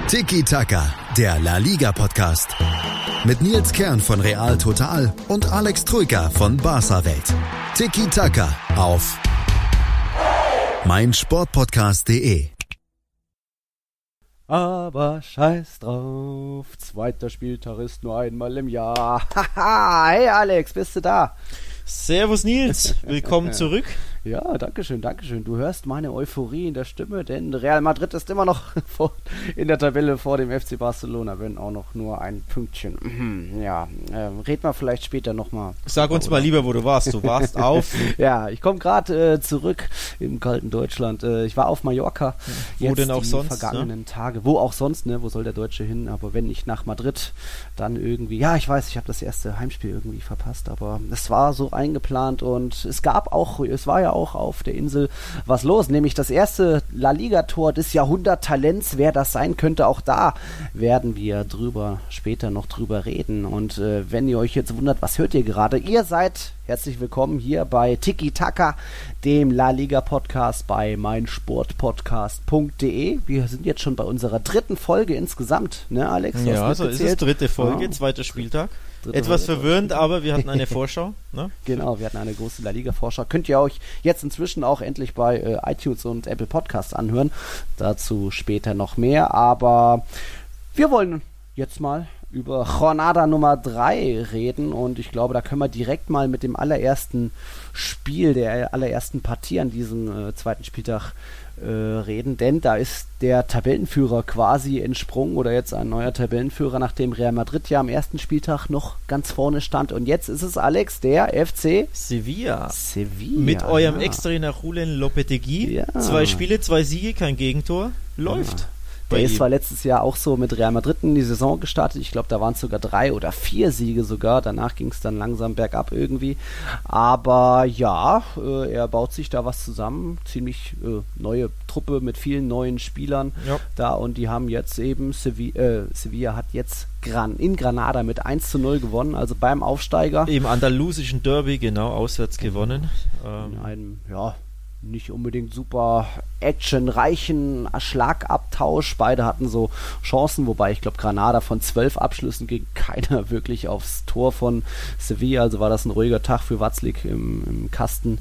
Tiki Taka, der La Liga Podcast. Mit Nils Kern von Real Total und Alex Troika von Barca Welt. Tiki Taka auf meinsportpodcast.de. Aber scheiß drauf, zweiter Spieltag ist nur einmal im Jahr. Haha, hey Alex, bist du da? Servus Nils, willkommen zurück. Ja, dankeschön. Du hörst meine Euphorie in der Stimme, denn Real Madrid ist immer noch in der Tabelle vor dem FC Barcelona, wenn auch noch nur ein Pünktchen. Ja, reden wir vielleicht später nochmal. Sag uns mal lieber, wo du warst. Du warst auf... Ja, ich komme gerade zurück im kalten Deutschland. Ich war auf Mallorca. Wo denn auch sonst? Vergangenen Tage. Wo auch sonst, ne? Wo soll der Deutsche hin? Aber wenn nicht nach Madrid, dann irgendwie... Ja, ich weiß, ich habe das erste Heimspiel irgendwie verpasst, aber es war so eingeplant und es war ja auch auf der Insel was los, nämlich das erste La Liga-Tor des Jahrhundert-Talents. Wer das sein könnte, auch da werden wir später noch drüber reden. Und wenn ihr euch jetzt wundert, was hört ihr gerade? Ihr seid herzlich willkommen hier bei Tiki Taka, dem La Liga Podcast bei meinsportpodcast.de. Wir sind jetzt schon bei unserer dritten Folge insgesamt, ne Alex? Ja, so ist es, dritte Folge, zweiter Spieltag. Etwas verwirrend, aber wir hatten eine Vorschau. Ne? Genau, wir hatten eine große La Liga-Vorschau. Könnt ihr euch jetzt inzwischen auch endlich bei iTunes und Apple Podcasts anhören. Dazu später noch mehr. Aber wir wollen jetzt mal über Jornada Nummer 3 reden. Und ich glaube, da können wir direkt mal mit dem allerersten Spiel, der allerersten Partie an diesem zweiten Spieltag reden, denn da ist der Tabellenführer quasi entsprungen oder jetzt ein neuer Tabellenführer, nachdem Real Madrid ja am ersten Spieltag noch ganz vorne stand und jetzt ist es, Alex, der FC Sevilla. Mit eurem Ex-Trainer Julen Lopetegui. Ja. 2 Spiele, 2 Siege, kein Gegentor. Läuft. Ja. Der ist zwar letztes Jahr auch so mit Real Madrid in die Saison gestartet. Ich glaube, da waren es sogar 3 oder 4 Siege sogar. Danach ging es dann langsam bergab irgendwie. Aber ja, er baut sich da was zusammen. Ziemlich neue Truppe mit vielen neuen Spielern da. Und die haben jetzt eben, Sevilla hat jetzt in Granada mit 1:0 gewonnen. Also beim Aufsteiger. Im andalusischen Derby, genau, auswärts gewonnen. In einem, nicht unbedingt super actionreichen Schlagabtausch. Beide hatten so Chancen, wobei ich glaube, Granada von 12 Abschlüssen ging keiner wirklich aufs Tor von Sevilla. Also war das ein ruhiger Tag für Watzlik im Kasten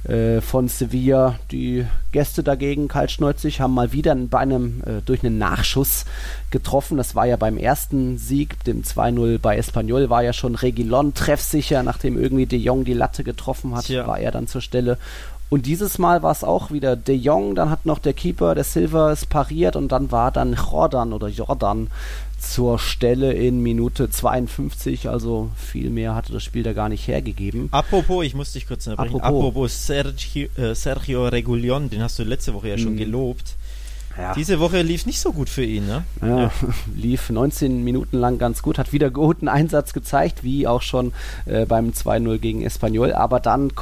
von Sevilla. Die Gäste dagegen, kaltschnäuzig, haben mal wieder durch einen Nachschuss getroffen. Das war ja beim ersten Sieg, dem 2:0 bei Espanyol, war ja schon Reguilón treffsicher, nachdem irgendwie De Jong die Latte getroffen hat, war er dann zur Stelle. Und dieses Mal war es auch wieder De Jong, dann hat noch der Keeper, der Silva, es pariert und dann war dann Jordan zur Stelle in Minute 52, also viel mehr hatte das Spiel da gar nicht hergegeben. Apropos, ich muss dich kurz unterbrechen, apropos Sergio Reguilón, den hast du letzte Woche ja schon gelobt. Ja. Diese Woche lief nicht so gut für ihn, ne? Ja, lief 19 Minuten lang ganz gut, hat wieder guten Einsatz gezeigt, wie auch schon beim 2:0 gegen Espanyol, aber dann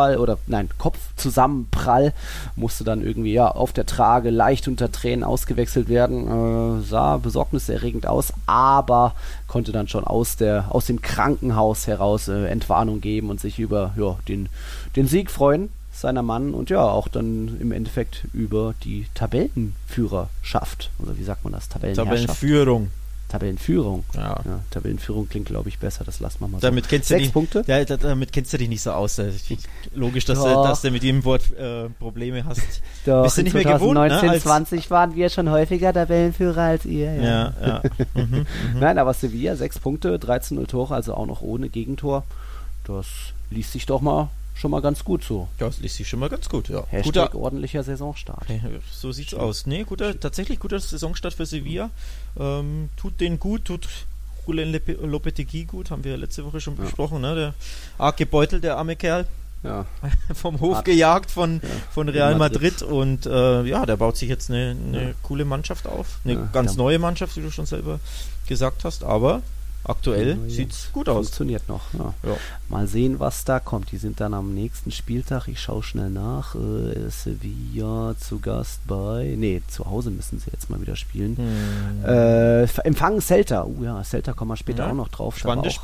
Kopfzusammenprall musste dann irgendwie auf der Trage leicht unter Tränen ausgewechselt werden, sah besorgniserregend aus, aber konnte dann schon aus dem Krankenhaus heraus Entwarnung geben und sich über den Sieg freuen seiner Mann und auch dann im Endeffekt über die Tabellenführerschaft. Oder wie sagt man das? Tabellenführung. Ja, Tabellenführung klingt, glaube ich, besser. Das lassen wir mal so. Damit kennst 6 Punkte? Ja, damit kennst du dich nicht so aus. Logisch, dass du mit jedem Wort Probleme hast. Doch, bist du nicht mehr gewohnt, 2019 waren wir schon häufiger Tabellenführer als ihr. Ja. Nein, aber Sevilla, 6 Punkte, 13:0 Tore, also auch noch ohne Gegentor. Das liest sich doch mal schon mal ganz gut so. Ja, das liest sich schon mal ganz gut, ja. Hashtag ordentlicher Saisonstart. So sieht's aus. Nee, tatsächlich guter Saisonstart für Sevilla. Tut denen gut, tut Julen Lopetegui gut, haben wir ja letzte Woche schon besprochen, ne? Der arg gebeutelt, der arme Kerl. Ja. Vom Hof gejagt von Real Madrid und der baut sich jetzt eine coole Mannschaft auf. Eine ganz neue Mannschaft, wie du schon selber gesagt hast, aber aktuell sieht's gut aus. Funktioniert noch. Ja. Mal sehen, was da kommt. Die sind dann am nächsten Spieltag, ich schaue schnell nach, Sevilla zu Gast zu Hause müssen sie jetzt mal wieder spielen. Empfangen Celta. Celta kommen wir später auch noch drauf. Spannendes Spiel.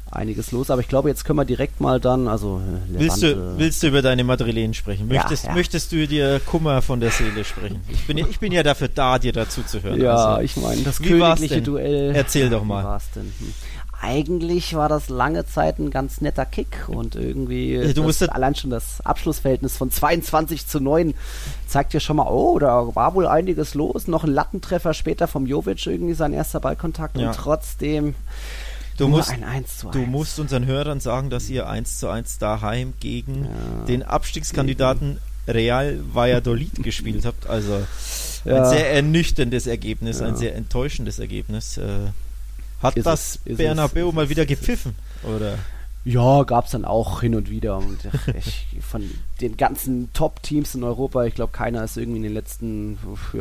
einiges los. Aber ich glaube, jetzt können wir direkt mal dann, also Willst du über deine Madrilen sprechen? Möchtest du dir Kummer von der Seele sprechen? Ich bin ja dafür da, dir dazu zu hören. Ja, also, ich meine, das königliche Duell. Erzähl doch mal. Wie war's denn? Eigentlich war das lange Zeit ein ganz netter Kick und irgendwie allein schon das Abschlussverhältnis von 22:9 zeigt ja schon mal, da war wohl einiges los. Noch ein Lattentreffer später vom Jovic, irgendwie sein erster Ballkontakt und trotzdem ein 1:1. Du musst unseren Hörern sagen, dass ihr 1:1 daheim gegen den Abstiegskandidaten Real Valladolid gespielt habt. Also ein sehr ernüchterndes Ergebnis, ein sehr enttäuschendes Ergebnis. Hat das Bernabeu mal wieder gepfiffen, oder? Ja, gab es dann auch hin und wieder. Und von den ganzen Top-Teams in Europa, ich glaube, keiner ist irgendwie in den letzten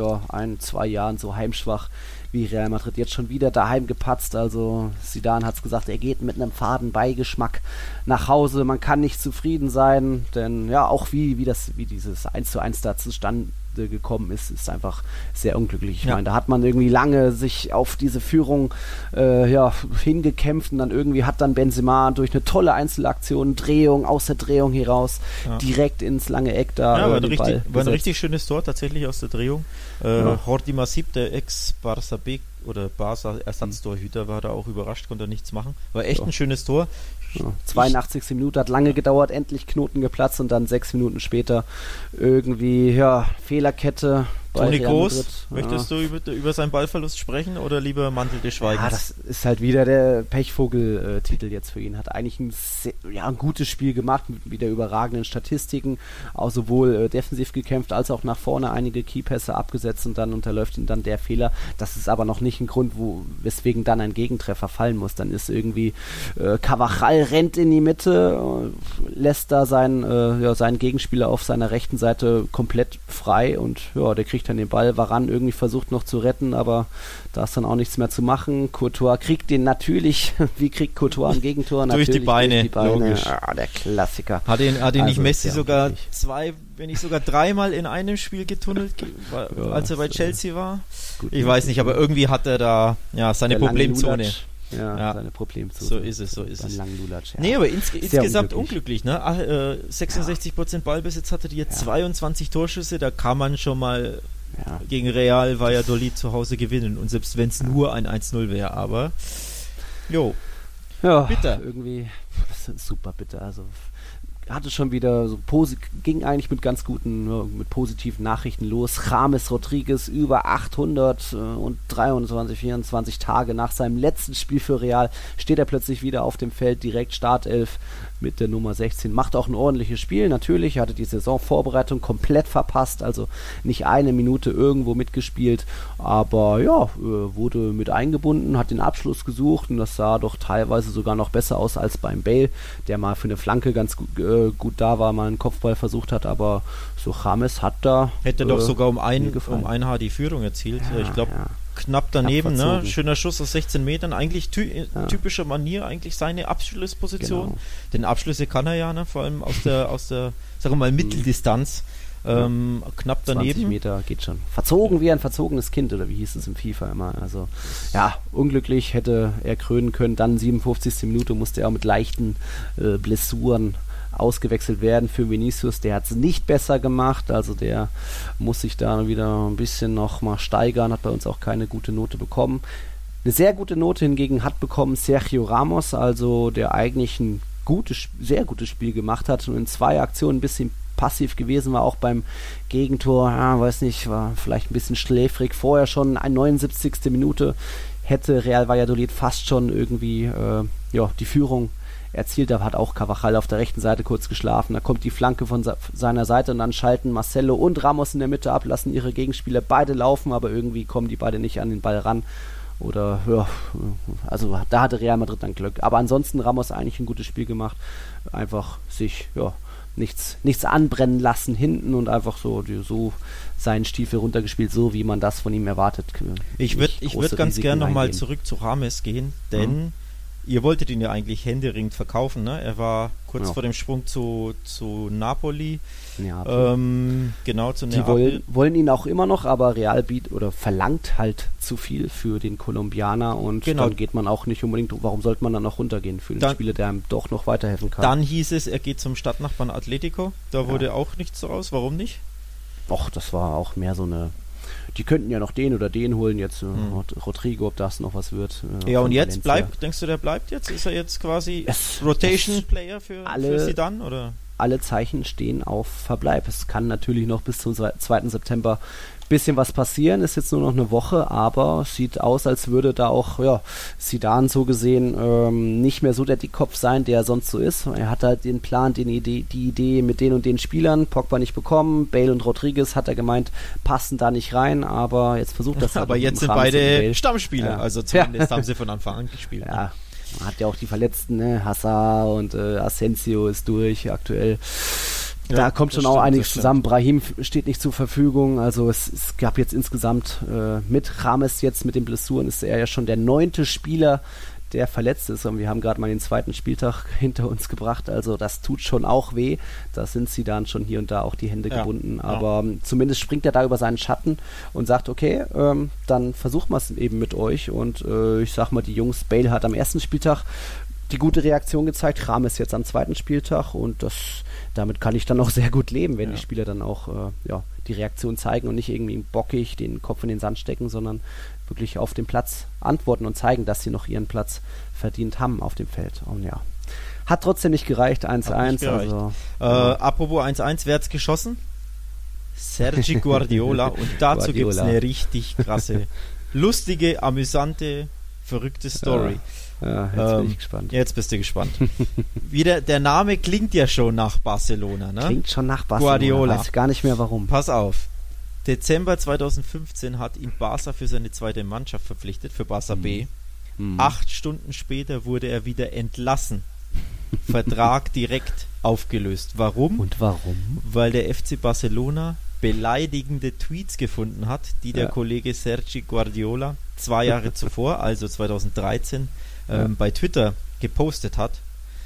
1-2 Jahren so heimschwach wie Real Madrid. Jetzt schon wieder daheim gepatzt. Also Zidane hat es gesagt, er geht mit einem faden Beigeschmack nach Hause. Man kann nicht zufrieden sein, denn ja, auch wie dieses 1:1 da zustande gekommen ist einfach sehr unglücklich. Ich meine, da hat man irgendwie lange sich auf diese Führung hingekämpft und dann irgendwie hat dann Benzema durch eine tolle Einzelaktion, Drehung, aus der Drehung heraus, direkt ins lange Eck da. Ja, war ein richtig schönes Tor tatsächlich aus der Drehung. Jordi Masip, der Ex-Barça B oder Barça-Ersatztorhüter, war da auch überrascht, konnte nichts machen. War echt ein schönes Tor. 82. Minute, hat lange gedauert, endlich Knoten geplatzt und dann 6 Minuten später irgendwie, Fehlerkette bei Toni Real Kroos, Madrid. möchtest du über seinen Ballverlust sprechen oder lieber Mantel des Schweigens? Ja, das ist halt wieder der Pechvogel-Titel jetzt für ihn. Hat eigentlich ein gutes Spiel gemacht mit wieder überragenden Statistiken, auch sowohl defensiv gekämpft als auch nach vorne einige Keypässe abgesetzt und dann unterläuft ihn dann der Fehler. Das ist aber noch nicht ein Grund, weswegen dann ein Gegentreffer fallen muss. Dann ist irgendwie Carvajal rennt in die Mitte, lässt da seinen Gegenspieler auf seiner rechten Seite komplett frei und der kriegt dann den Ball. Varane irgendwie versucht noch zu retten, aber da ist dann auch nichts mehr zu machen. Courtois kriegt den natürlich, wie kriegt Courtois ein Gegentor? Durch die Beine, logisch. Der Klassiker. Hat ihn nicht Messi sogar wenn nicht sogar 3-mal in einem Spiel getunnelt, als er bei Chelsea war? Gut, ich weiß nicht, aber irgendwie hat er da seine Problemzone. Seine Problemzone. So ist es. Nee, aber insgesamt unglücklich, ne? 66% Ballbesitz hatte die jetzt 22 Torschüsse, da kann man schon mal gegen Real Valladolid zu Hause gewinnen und selbst wenn es nur ein 1:0 wäre, aber bitter. Irgendwie super bitter, also hatte schon wieder ging eigentlich mit ganz guten, mit positiven Nachrichten los. James Rodriguez über 824 Tage nach seinem letzten Spiel für Real steht er plötzlich wieder auf dem Feld, direkt Startelf mit der Nummer 16. Macht auch ein ordentliches Spiel, natürlich, hatte die Saisonvorbereitung komplett verpasst, also nicht eine Minute irgendwo mitgespielt, aber wurde mit eingebunden, hat den Abschluss gesucht und das sah doch teilweise sogar noch besser aus als beim Bale, der mal für eine Flanke ganz gut da war, mal einen Kopfball versucht hat, aber so James hat da hätte doch sogar um ein Haar die Führung erzielt. Ich glaube, knapp daneben, ne? Schöner Schuss aus 16 Metern, eigentlich typischer Manier, eigentlich seine Abschlussposition. Genau. Denn Abschlüsse kann er ja, ne? Vor allem aus der sagen wir mal, Mitteldistanz. Knapp daneben. 20 Meter geht schon. Verzogen wie ein verzogenes Kind, oder wie hieß es im FIFA immer. Also, unglücklich hätte er krönen können. Dann 57. Minute musste er auch mit leichten Blessuren ausgewechselt werden für Vinicius, der hat es nicht besser gemacht, also der muss sich da wieder ein bisschen noch mal steigern, hat bei uns auch keine gute Note bekommen. Eine sehr gute Note hingegen hat bekommen Sergio Ramos, also der eigentlich ein sehr gutes Spiel gemacht hat und in 2 Aktionen ein bisschen passiv gewesen war, auch beim Gegentor, war vielleicht ein bisschen schläfrig, vorher schon 79. Minute hätte Real Valladolid fast schon irgendwie die Führung erzielt, da hat auch Carvajal auf der rechten Seite kurz geschlafen, da kommt die Flanke von seiner Seite und dann schalten Marcelo und Ramos in der Mitte ab, lassen ihre Gegenspieler beide laufen, aber irgendwie kommen die beide nicht an den Ball ran oder also da hatte Real Madrid dann Glück, aber ansonsten Ramos eigentlich ein gutes Spiel gemacht, einfach sich nichts anbrennen lassen hinten und einfach so seinen Stiefel runtergespielt, so wie man das von ihm erwartet. Ich würde ganz gern nochmal zurück zu James gehen, denn ihr wolltet ihn ja eigentlich händeringend verkaufen, ne? Er war kurz vor dem Sprung zu Napoli. Genau, zu Neapel. Die wollen ihn auch immer noch, aber Real verlangt halt zu viel für den Kolumbianer und dann geht man auch nicht unbedingt, warum sollte man dann noch runtergehen für den Spieler, der einem doch noch weiterhelfen kann. Dann hieß es, er geht zum Stadtnachbarn Atletico, da wurde auch nichts raus, warum nicht? Och, das war auch mehr so eine, die könnten ja noch den oder den holen, jetzt Rodrigo, ob das noch was wird. Ja, und jetzt denkst du, der bleibt jetzt? Ist er jetzt quasi Rotation-Player für Zidane, oder? Alle Zeichen stehen auf Verbleib. Es kann natürlich noch bis zum 2. September ein bisschen was passieren. Ist jetzt nur noch eine Woche, aber sieht aus, als würde da auch Zidane so gesehen nicht mehr so der Dickkopf sein, der er sonst so ist. Er hat halt den Plan, die Idee mit den und den Spielern, Pogba nicht bekommen, Bale und Rodriguez hat er gemeint, passen da nicht rein, aber jetzt versucht das halt. Aber jetzt sind beide Stammspieler, also zumindest haben sie von Anfang an gespielt. Ja. Ne? Man hat ja auch die Verletzten, ne? Hazard und Asensio ist durch aktuell. Da kommt schon auch einiges zusammen. Brahim steht nicht zur Verfügung. Also es gab jetzt insgesamt mit James jetzt mit den Blessuren ist er ja schon der 9. Spieler, der verletzt ist. Und wir haben gerade mal den 2. Spieltag hinter uns gebracht. Also das tut schon auch weh. Da sind sie dann schon hier und da auch die Hände gebunden. Aber zumindest springt er da über seinen Schatten und sagt, okay, dann versuchen wir es eben mit euch. Und ich sag mal, die Jungs, Bale hat am 1. Spieltag die gute Reaktion gezeigt. James jetzt am 2. Spieltag. Und damit kann ich dann auch sehr gut leben, wenn die Spieler dann auch die Reaktion zeigen und nicht irgendwie bockig den Kopf in den Sand stecken, sondern wirklich auf dem Platz antworten und zeigen, dass sie noch ihren Platz verdient haben auf dem Feld. Und hat trotzdem nicht gereicht, 1-1. Also, apropos 1-1, wer hat's geschossen? Sergi Guardiola. Und dazu gibt es eine richtig krasse, lustige, amüsante, verrückte Story. Ja, jetzt bin ich gespannt. Jetzt bist du gespannt. Wieder, der Name klingt ja schon nach Barcelona, ne? Klingt schon nach Barcelona. Guardiola. Weiß gar nicht mehr warum. Pass auf. Dezember 2015 hat ihn Barca für seine zweite Mannschaft verpflichtet, für Barca B. 8 Stunden später wurde er wieder entlassen. Vertrag direkt aufgelöst. Warum? Und warum? Weil der FC Barcelona beleidigende Tweets gefunden hat, die der Kollege Sergi Guardiola 2 Jahre zuvor, also 2013, bei Twitter gepostet hat.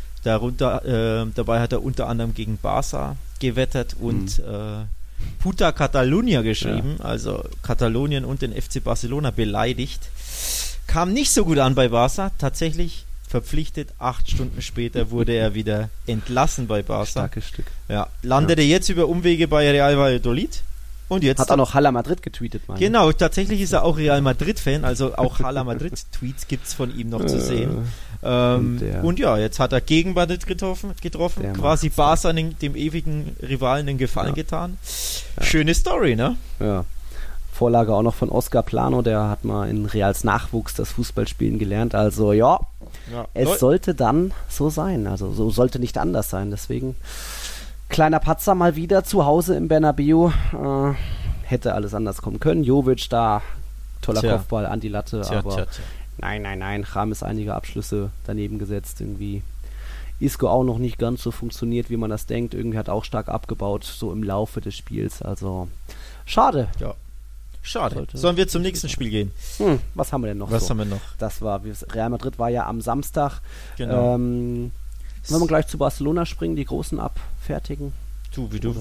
Dabei hat er unter anderem gegen Barca gewettert und Puta Catalunya geschrieben, also Katalonien und den FC Barcelona beleidigt. Kam nicht so gut an bei Barca, tatsächlich verpflichtet, 8 Stunden später wurde er wieder entlassen bei Barca. Starkes Stück. Ja, landete jetzt über Umwege bei Real Valladolid. Und jetzt hat er noch Hala Madrid getweetet, meine ich. Genau, tatsächlich ist er auch Real Madrid-Fan, also auch Hala Madrid-Tweets gibt es von ihm noch zu sehen. Und jetzt hat er gegen Madrid getroffen, quasi Barca dem ewigen Rivalen den Gefallen getan. Ja. Schöne Story, ne? Ja. Vorlage auch noch von Oscar Plano, der hat mal in Reals Nachwuchs das Fußballspielen gelernt, also es sollte dann so sein, also so sollte nicht anders sein, deswegen kleiner Patzer mal wieder zu Hause im Bernabeu, hätte alles anders kommen können, Jovic da, toller Kopfball an die Latte, aber nein, James einige Abschlüsse daneben gesetzt, irgendwie Isco auch noch nicht ganz so funktioniert, wie man das denkt, irgendwie hat auch stark abgebaut, so im Laufe des Spiels, also schade. Ja. Schade. Sollen wir zum nächsten Spiel gehen? Was haben wir denn noch? Was haben wir noch? Das war, Real Madrid war ja am Samstag. Genau. Wollen wir gleich zu Barcelona springen, die Großen abfertigen? Wie du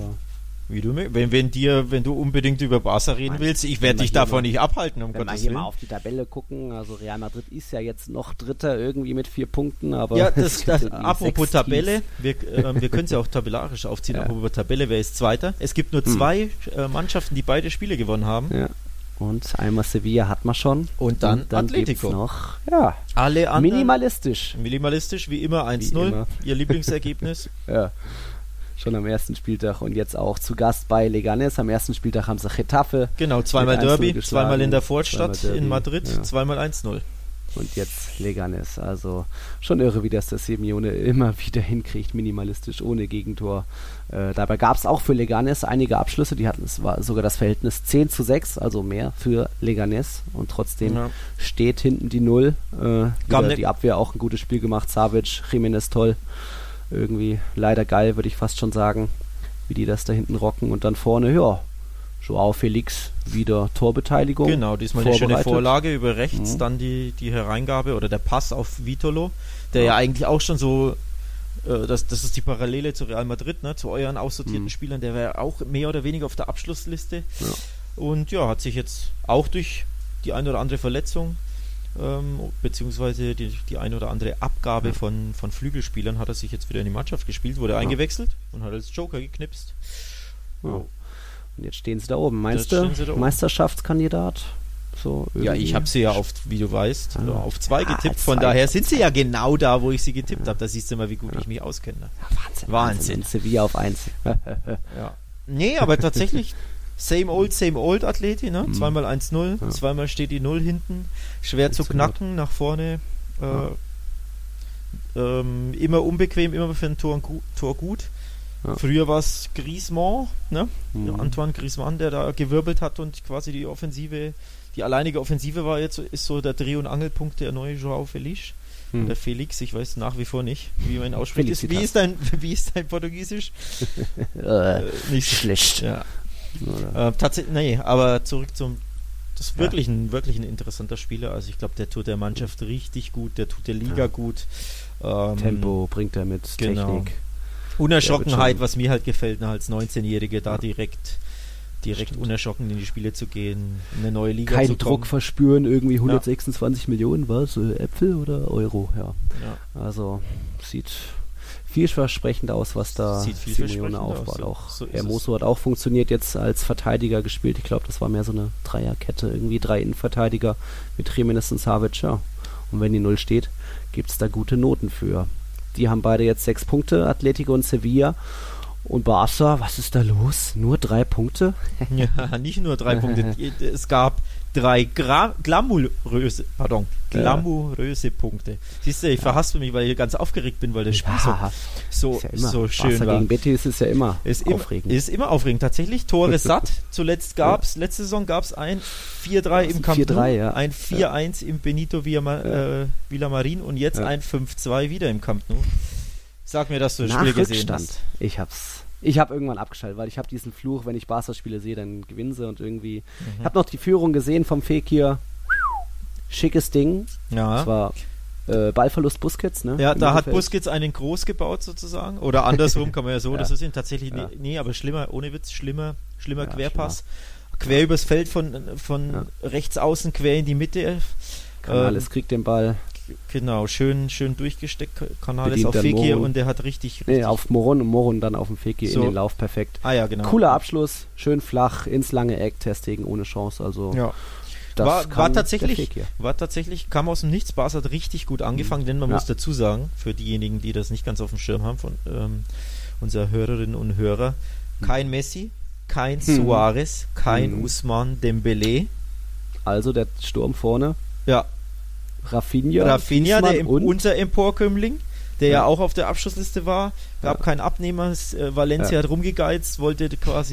wenn du unbedingt über Barca reden willst, ich werde dich davon nicht abhalten, um Gottes Willen. Wenn wir hier mal auf die Tabelle gucken, also Real Madrid ist ja jetzt noch Dritter irgendwie mit 4 Punkten, aber ja, apropos Tabelle, wir können es ja auch tabellarisch aufziehen, apropos Tabelle, wer ist Zweiter? Es gibt nur 2 Mannschaften, die beide Spiele gewonnen haben. Ja. Und einmal Sevilla hat man schon. Und dann Atletico. Noch, alle anderen minimalistisch, wie immer 1-0, ihr Lieblingsergebnis. Ja. Schon am 1. Spieltag und jetzt auch zu Gast bei Leganes. Am 1. Spieltag haben sie Getafe. Genau, zweimal Derby, zweimal in der Vorstadt in Madrid, zweimal 1-0. Und jetzt Leganes. Also schon irre, wie das der Simeone immer wieder hinkriegt, minimalistisch, ohne Gegentor. Dabei gab es auch für Leganes einige Abschlüsse. Es war sogar das Verhältnis 10:6, also mehr für Leganes. Und trotzdem steht hinten die 0. Die Abwehr auch ein gutes Spiel gemacht. Savic, Jiménez toll. Irgendwie leider geil, würde ich fast schon sagen, wie die das da hinten rocken. Und dann vorne, Joao Felix wieder Torbeteiligung. Genau, diesmal eine schöne Vorlage über rechts, dann die Hereingabe oder der Pass auf Vitolo, der ja eigentlich auch schon so, das ist die Parallele zu Real Madrid, ne, zu euren aussortierten Spielern, der wäre auch mehr oder weniger auf der Abschlussliste. Ja. Und ja, hat sich jetzt auch durch die eine oder andere Verletzung beziehungsweise die eine oder andere Abgabe von Flügelspielern hat er sich jetzt wieder in die Mannschaft gespielt, wurde eingewechselt und hat als Joker geknipst. Ja. Und jetzt stehen sie da oben. Meinst du, Meisterschaftskandidat? So ja, ich habe sie ja wie du weißt, auf 2 getippt. Von daher sind sie ja genau da, wo ich sie getippt habe. Da siehst du mal, wie gut ich mich auskenne. Ja, Wahnsinn. Sevilla auf 1. Ja. Nee, aber tatsächlich same old Atleti, ne? Zweimal 1-0, zweimal steht die 0 hinten. Schwer zu knacken, nach vorne. Immer unbequem, immer für ein Tor gut. Ja. Früher war es Griezmann, ne? Antoine Griezmann, der da gewirbelt hat und quasi die alleinige Offensive war jetzt, ist so der Dreh- und Angelpunkt der neue Joao Felix. Der Felix, ich weiß nach wie vor nicht, wie man ihn ausspricht. Wie ist dein Portugiesisch? Nicht schlecht. Ja. Tatsächlich, nee, aber zurück das ist wirklich ein interessanter Spieler. Also ich glaube, der tut der Mannschaft richtig gut, der tut der Liga gut. Tempo bringt er mit, Technik. Unerschrockenheit, was mir halt gefällt, als 19-Jährige da direkt unerschrocken in die Spiele zu gehen, in eine neue Liga Kein zu kommen. Druck verspüren, irgendwie 126 Millionen, was? Äpfel oder Euro? Ja. Also sieht vielversprechend aus, was da Simeone aufbaut. Auch Hermoso hat auch funktioniert, jetzt als Verteidiger gespielt. Ich glaube, das war mehr so eine Dreierkette, irgendwie 3 Innenverteidiger mit Jimenez und Savic. Ja. Und wenn die 0 steht, gibt es da gute Noten für. Die haben beide jetzt 6 Punkte, Atletico und Sevilla. Und Barca, was ist da los? Nur 3 Punkte? Ja, nicht nur 3 Punkte. Es gab 3 glamouröse Punkte. Siehst du, ich verhaspel mich, weil ich ganz aufgeregt bin, weil das Spiel so schön Barca war. Gegen Betis ist ja immer aufregend. Ist immer aufregend. Tatsächlich, Tore satt. Zuletzt letzte Saison gab es ein 4-3 im Camp Nou, ein 4-1 im Benito Villamarín und jetzt ein 5-2 wieder im Camp Nou. Sag mir, dass du das Spiel gesehen hast. Ich habe irgendwann abgeschaltet, weil ich habe diesen Fluch, wenn ich Barca-Spiele sehe, dann gewinnen sie und irgendwie... Ich habe noch die Führung gesehen vom Fekir. Schickes Ding. Ja. Das war Ballverlust Busquets, ne? Ja, da hat Busquets einen groß gebaut sozusagen. Oder andersrum kann man ja so oder so sehen. Tatsächlich, nee, aber schlimmer, ohne Witz, schlimmer Querpass. Quer übers Feld von rechts außen, quer in die Mitte. Canales kriegt den Ball. Genau, schön durchgesteckt. Canales auf Fekir und der hat richtig auf Moron und Moron dann auf dem Fekir in den Lauf, perfekt. Ja, genau. Cooler Abschluss, schön flach, ins lange Eck, Ter Stegen ohne Chance, also war tatsächlich, kam aus dem Nichts. Barca hat richtig gut angefangen, denn man muss dazu sagen, für diejenigen, die das nicht ganz auf dem Schirm haben, von unserer Hörerinnen und Hörer, kein Messi, kein Suarez, kein Ousmane Dembélé. Also der Sturm vorne. Ja. Rafinha, der unser Emporkömmling, der ja auch auf der Abschlussliste war, gab keinen Abnehmer. Valencia hat rumgegeizt, wollte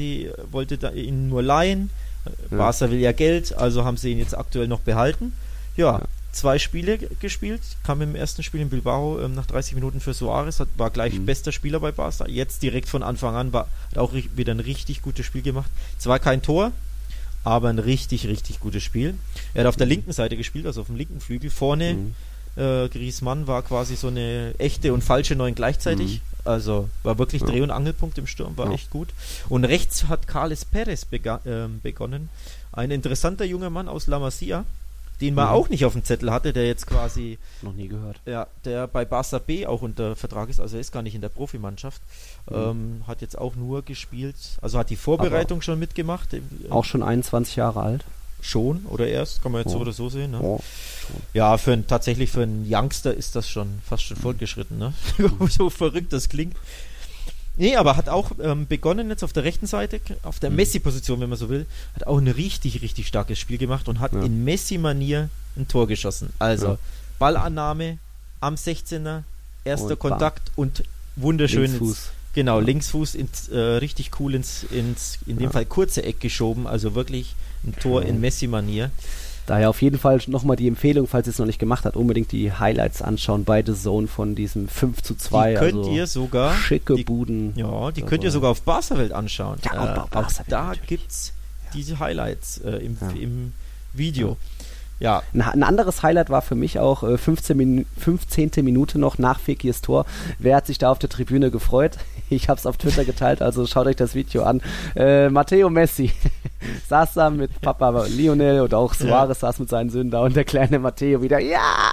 ihn nur leihen. Barca will ja Geld, also haben sie ihn jetzt aktuell noch behalten. 2 Spiele gespielt, kam im ersten Spiel in Bilbao nach 30 Minuten für Suarez, war gleich bester Spieler bei Barca. Jetzt direkt von Anfang an hat auch wieder ein richtig gutes Spiel gemacht. Zwar kein Tor, aber ein richtig, richtig gutes Spiel. Er hat auf der linken Seite gespielt, also auf dem linken Flügel. Vorne Griezmann war quasi so eine echte und falsche 9 gleichzeitig. Also war wirklich Dreh- und Angelpunkt im Sturm, war echt gut. Und rechts hat Carles Perez begonnen. Ein interessanter junger Mann aus La Masia, den man auch nicht auf dem Zettel hatte, der jetzt quasi... Noch nie gehört. Ja, der bei Barca B auch unter Vertrag ist, also er ist gar nicht in der Profimannschaft. Hat jetzt auch nur gespielt, also hat die Vorbereitung schon mitgemacht. Auch schon 21 Jahre alt? Schon, oder erst, kann man jetzt so oder so sehen. Ne? Ja, tatsächlich für einen Youngster ist das fast schon fortgeschritten, ne? So verrückt das klingt. Nee, aber hat auch begonnen jetzt auf der rechten Seite, auf der Messi-Position, wenn man so will, hat auch ein richtig, richtig starkes Spiel gemacht und hat in Messi-Manier ein Tor geschossen. Also Ballannahme am 16er, erster und Kontakt und wunderschön Linksfuß. Linksfuß richtig cool in dem Fall kurze Eck geschoben, also wirklich ein Tor in Messi-Manier. Daher auf jeden Fall nochmal die Empfehlung, falls ihr es noch nicht gemacht habt, unbedingt die Highlights anschauen bei The Zone von diesem 5:2. Die könnt ihr sogar schicke Buden. Ja, die könnt ihr sogar auf Barca-Welt anschauen. Ja, auch da gibt es diese Highlights im Video. Ja. Ein anderes Highlight war für mich auch 15. Minute noch nach Fekirs Tor. Wer hat sich da auf der Tribüne gefreut? Ich habe es auf Twitter geteilt, also schaut euch das Video an. Matteo Messi saß da mit Papa Lionel und auch Suarez saß mit seinen Söhnen da und der kleine Matteo wieder, ja!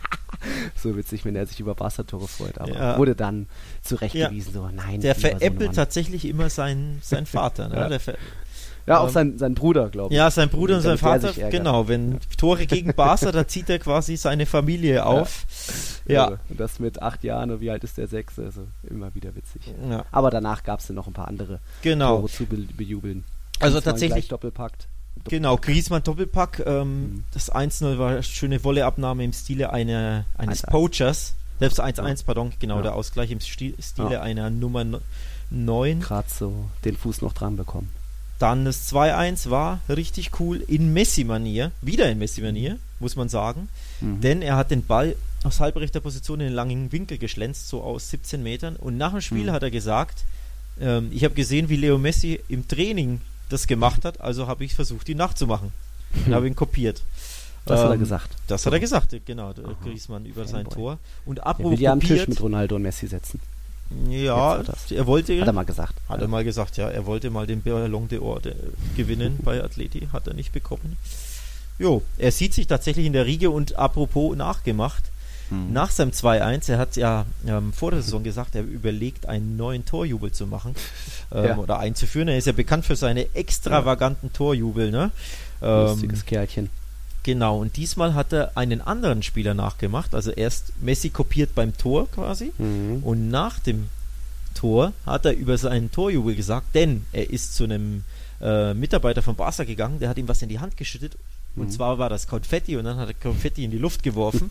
So witzig, wenn er sich über Barca-Tore freut, aber wurde dann zurechtgewiesen. So, nein, der veräppelt tatsächlich immer seinen Vater. Ne? Auch sein Bruder, glaube ich. Ja, sein Bruder und sein Vater, genau. Wenn Tore gegen Barca, da zieht er quasi seine Familie auf. Ja. Und das mit 8 Jahren, und wie alt ist der 6? Also immer wieder witzig. Ja. Aber danach gab es dann noch ein paar andere Tore zu bejubeln. Also tatsächlich doppelpackt. Genau, Griezmann Doppelpack. Das 1-0 war eine schöne Wolleabnahme im Stile eines 1-1. Poachers. Selbst 1-1, pardon, genau, der Ausgleich im Stile einer Nummer 9. Gerade so den Fuß noch dran bekommen. Dann das 2-1 war richtig cool in Messi-Manier, wieder in Messi-Manier, muss man sagen, denn er hat den Ball aus halbrechter Position in den langen Winkel geschlänzt, so aus 17 Metern, und nach dem Spiel hat er gesagt, ich habe gesehen, wie Leo Messi im Training das gemacht hat, also habe ich versucht, ihn nachzumachen und habe ihn kopiert. Das hat er gesagt. Das hat er gesagt, genau, der Griezmann über sein Tor. Und apropos will ja am Tisch mit Ronaldo und Messi setzen. Ja, er wollte. Hat er mal gesagt. Hat er mal gesagt, ja. Er wollte mal den Ballon d'Or gewinnen bei Atleti, hat er nicht bekommen. Jo, er sieht sich tatsächlich in der Riege und apropos nachgemacht. Nach seinem 2-1, er hat ja vor der Saison gesagt, er überlegt, einen neuen Torjubel zu machen oder einzuführen. Er ist ja bekannt für seine extravaganten Torjubel, ne? Lustiges Kerlchen. Genau, und diesmal hat er einen anderen Spieler nachgemacht. Also erst Messi kopiert beim Tor quasi und nach dem Tor hat er über seinen Torjubel gesagt, denn er ist zu einem Mitarbeiter von Barca gegangen, der hat ihm was in die Hand geschüttet und zwar war das Konfetti und dann hat er Konfetti in die Luft geworfen.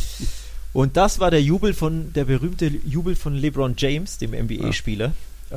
Und das war der berühmte Jubel von LeBron James, dem NBA-Spieler.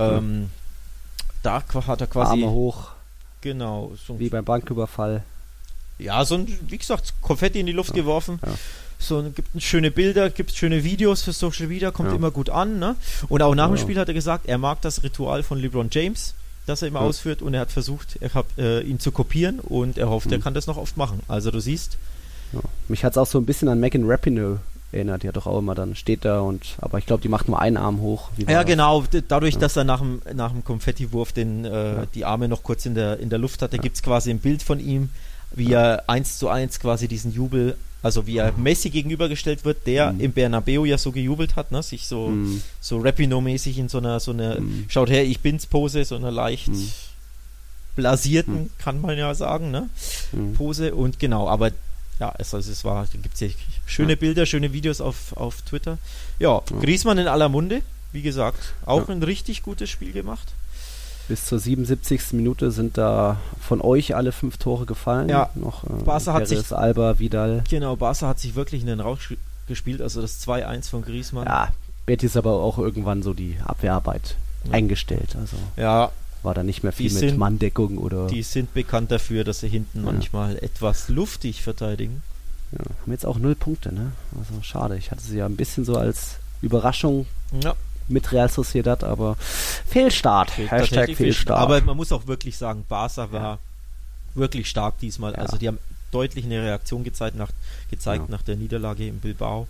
Da hat er quasi Arme hoch. Genau. So wie beim Banküberfall. Ja, wie gesagt, Konfetti in die Luft geworfen. Ja. Gibt schöne Bilder, gibt schöne Videos für Social Media, kommt immer gut an. Ne? Und auch nach dem Spiel hat er gesagt, er mag das Ritual von LeBron James, das er immer ausführt, und er hat versucht, ihn zu kopieren und er hofft, er kann das noch oft machen. Also du siehst. Ja. Mich hat es auch so ein bisschen an Megan Rapinoe erinnert, die hat doch auch immer dann, steht da aber ich glaube, die macht nur einen Arm hoch. Ja, genau, dadurch, dass er nach dem Konfettiwurf die Arme noch kurz in der Luft hatte, gibt es quasi ein Bild von ihm, wie er 1:1 quasi diesen Jubel, also wie er Messi gegenübergestellt wird, der im Bernabeu ja so gejubelt hat, ne? Sich so Rapinoe-mäßig in so einer schaut her, ich bin's Pose, so einer leicht blasierten, kann man ja sagen, ne? Pose, und genau, aber ja, da gibt es ja schöne Bilder, schöne Videos auf Twitter. Ja, Griezmann in aller Munde, wie gesagt, auch ein richtig gutes Spiel gemacht. Bis zur 77. Minute sind da von euch alle 5 Tore gefallen. Ja, noch Barca hat sich, Alba, Vidal. Genau, Barca hat sich wirklich in den Rausch gespielt, also das 2-1 von Griezmann. Ja, Betis aber auch irgendwann so die Abwehrarbeit eingestellt. Also war da nicht mehr viel mit Manndeckung oder. Die sind bekannt dafür, dass sie hinten manchmal etwas luftig verteidigen. Ja, haben jetzt auch 0 Punkte, ne? Also schade. Ich hatte sie ja ein bisschen so als Überraschung mit Real Sociedad, aber Fehlstart. Fehlstart. Aber man muss auch wirklich sagen, Barca war wirklich stark diesmal. Also die haben deutlich eine Reaktion gezeigt nach der Niederlage in Bilbao.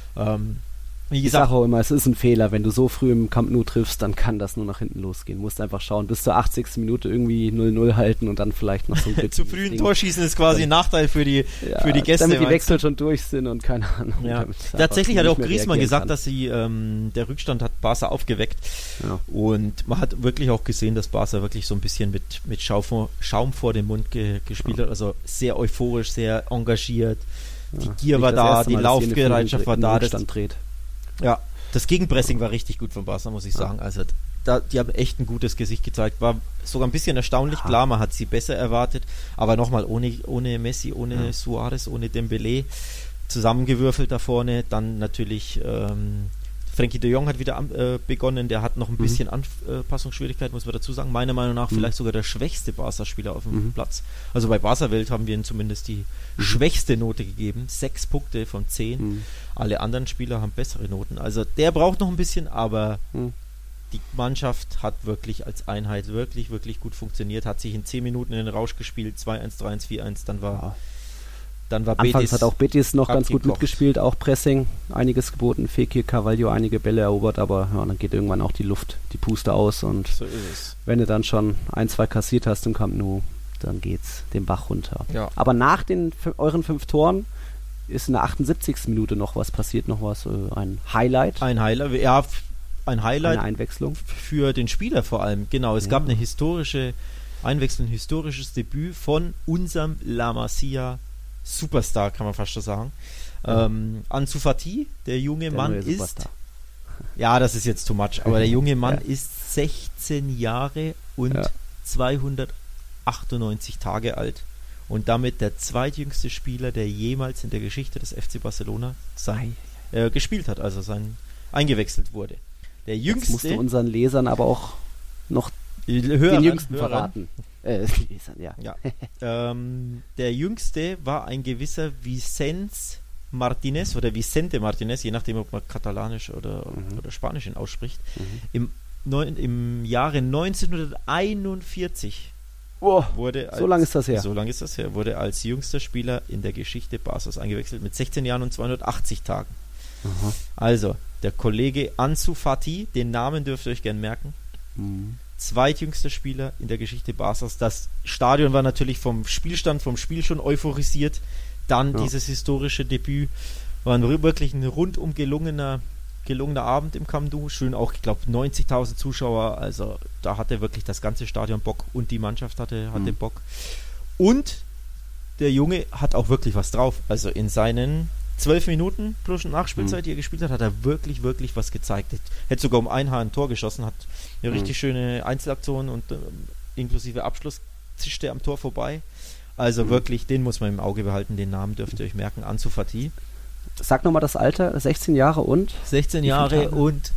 Wie gesagt, ich sage auch immer, es ist ein Fehler, wenn du so früh im Camp Nou triffst, dann kann das nur nach hinten losgehen. Du musst einfach schauen, bis zur 80. Minute irgendwie 0-0 halten und dann vielleicht noch so ein zu früh ein Tor schießen ist quasi ein Nachteil für die Gäste. Damit die Wechsel schon durch sind und keine Ahnung. Ja. Tatsächlich hat auch Griezmann gesagt, dass der Rückstand hat Barca aufgeweckt. Ja. Und man hat wirklich auch gesehen, dass Barca wirklich so ein bisschen mit Schaum vor dem Mund gespielt hat. Also sehr euphorisch, sehr engagiert. Die Gier war da, die Laufbereitschaft war da. Ja, das Gegenpressing war richtig gut von Barca, muss ich sagen. Also die haben echt ein gutes Gesicht gezeigt. War sogar ein bisschen erstaunlich. Klar, man hat sie besser erwartet, aber nochmal ohne Messi, ohne Suarez, ohne Dembélé zusammengewürfelt da vorne. Dann natürlich Frenkie de Jong hat wieder begonnen. Der hat noch ein bisschen Anpassungsschwierigkeiten, muss man dazu sagen. Meiner Meinung nach vielleicht sogar der schwächste Barca-Spieler auf dem Platz. Also bei Barca-Welt haben wir ihm zumindest die schwächste Note gegeben. 6 Punkte von 10. Alle anderen Spieler haben bessere Noten. Also der braucht noch ein bisschen, aber die Mannschaft hat wirklich als Einheit wirklich, wirklich gut funktioniert, hat sich in 10 Minuten in den Rausch gespielt, 2-1, 3-1, 4-1, dann war Anfangs Betis hat auch Betis noch ganz gut abgekocht. Mitgespielt, auch Pressing, einiges geboten, Fekir, Carvalho, einige Bälle erobert, aber dann geht irgendwann auch die Luft, die Puste aus und so ist es. wenn du dann schon 1, 2 kassiert hast im Camp Nou, dann geht's den Bach runter. Ja. Aber nach euren 5 Toren ist in der 78. Minute noch was passiert, ein Highlight. Ein Highlight, eine Einwechslung. für den Spieler vor allem, genau. Es gab eine historische Einwechslung, ein historisches Debüt von unserem La Masia Superstar, kann man fast schon sagen. Ansu Fati, der junge Mann ist... Superstar. Ja, das ist jetzt too much, aber der junge Mann ist 16 Jahre und 298 Tage alt und damit der zweitjüngste Spieler, der jemals in der Geschichte des FC Barcelona gespielt hat, also eingewechselt wurde. Der jüngste... Jetzt musst du unseren Lesern aber auch noch den Jüngsten verraten. Der Jüngste war ein gewisser Vicente Martinez, je nachdem, ob man Katalanisch oder Spanisch ihn ausspricht. Im Jahre 1941 wurde so lange ist das her. Wurde als jüngster Spieler in der Geschichte Barças eingewechselt mit 16 Jahren und 280 Tagen. Aha. Also, der Kollege Ansu Fati, den Namen dürft ihr euch gern merken. Zweitjüngster Spieler in der Geschichte Barças. Das Stadion war natürlich vom Spiel schon euphorisiert. Dann dieses historische Debüt. War wirklich ein rundum gelungener Abend im Camp Nou. Schön auch, ich glaube, 90.000 Zuschauer. Also da hatte wirklich das ganze Stadion Bock und die Mannschaft hatte Bock. Und der Junge hat auch wirklich was drauf. Also in seinen 12 Minuten plus Nachspielzeit, die er gespielt hat er wirklich, wirklich was gezeigt. Hätte sogar um ein Haar ein Tor geschossen, hat eine richtig schöne Einzelaktion und inklusive Abschluss zischte am Tor vorbei. Also wirklich, den muss man im Auge behalten, den Namen dürft ihr euch merken, Ansu Fati. Sag nochmal das Alter, 16 Jahre und? 16 Jahre und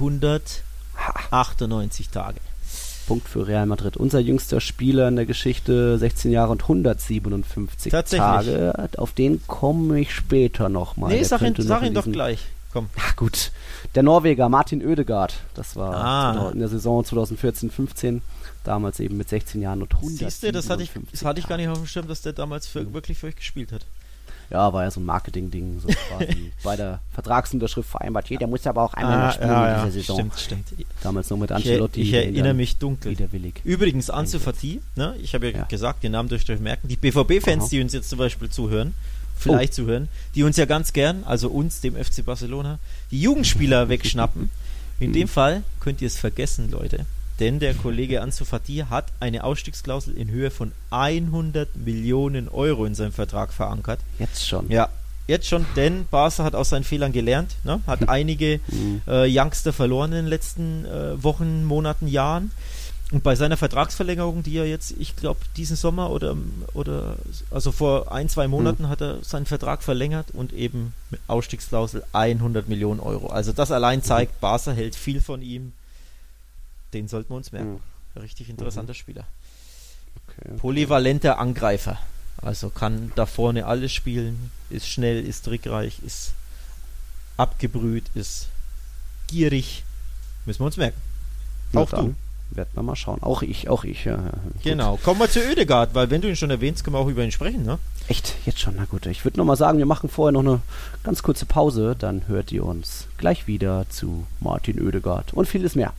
298 Tage. Punkt für Real Madrid. Unser jüngster Spieler in der Geschichte, 16 Jahre und 157 Tage. Auf den komme ich später nochmal. Nee, sag ihn doch gleich. Komm. Ach gut. Der Norweger Martin Oedegaard. Das war in der Saison 2014-15. Damals eben mit 16 Jahren und 157 Siehst du, das hatte ich gar nicht auf dem Schirm, dass der damals wirklich für euch gespielt hat. Ja, war ja so ein Marketing-Ding, so quasi bei der Vertragsunterschrift vereinbart. Der muss aber auch einmal noch spielen in dieser Saison. Stimmt. Damals noch mit Ancelotti. Ich erinnere mich dunkel. Widerwillig. Übrigens, Ansu Fati, ne? Ich habe ja gesagt, den Namen dürft ihr euch merken. Die BVB-Fans, die uns jetzt zum Beispiel zuhören, die uns ja ganz gern, also uns, dem FC Barcelona, die Jugendspieler wegschnappen. In dem Fall könnt ihr es vergessen, Leute. Denn der Kollege Ansu Fati hat eine Ausstiegsklausel in Höhe von 100 Millionen Euro in seinem Vertrag verankert. Jetzt schon? Ja, jetzt schon, denn Barca hat aus seinen Fehlern gelernt, ne? Hat einige Youngster verloren in den letzten Wochen, Monaten, Jahren. Und bei seiner Vertragsverlängerung, die er jetzt, ich glaube, diesen Sommer oder also vor 1-2 Monaten hat er seinen Vertrag verlängert und eben mit Ausstiegsklausel 100 Millionen Euro. Also das allein zeigt, Barca hält viel von ihm. Den sollten wir uns merken. Richtig interessanter Spieler. Okay. Polyvalenter Angreifer. Also kann da vorne alles spielen, ist schnell, ist trickreich, ist abgebrüht, ist gierig. Müssen wir uns merken. Auch du. Werden wir mal schauen. Auch ich. Ja. Genau. Kommen wir zu Oedegaard, weil wenn du ihn schon erwähnst, können wir auch über ihn sprechen, ne? Echt? Jetzt schon? Na gut. Ich würde nochmal sagen, wir machen vorher noch eine ganz kurze Pause, dann hört ihr uns gleich wieder zu Martin Oedegaard und vieles mehr.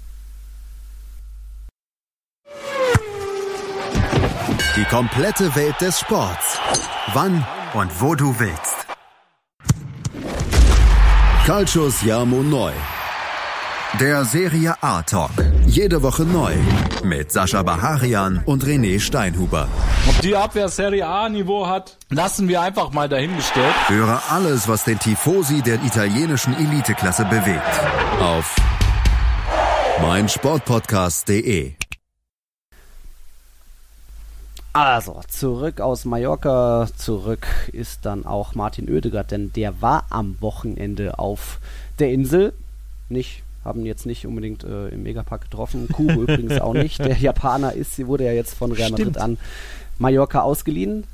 Die komplette Welt des Sports. Wann und wo du willst. Calcius Jamo Neu. Der Serie A Talk. Jede Woche neu. Mit Sascha Baharian und René Steinhuber. Ob die Abwehr Serie A Niveau hat, lassen wir einfach mal dahingestellt. Höre alles, was den Tifosi der italienischen Eliteklasse bewegt. Auf meinsportpodcast.de. Also, zurück aus Mallorca, zurück ist dann auch Martin Oedegaard, denn der war am Wochenende auf der Insel. Haben ihn jetzt nicht unbedingt im Megapark getroffen. Kubo übrigens auch nicht. Der Japaner wurde ja jetzt von Real Madrid an Mallorca ausgeliehen,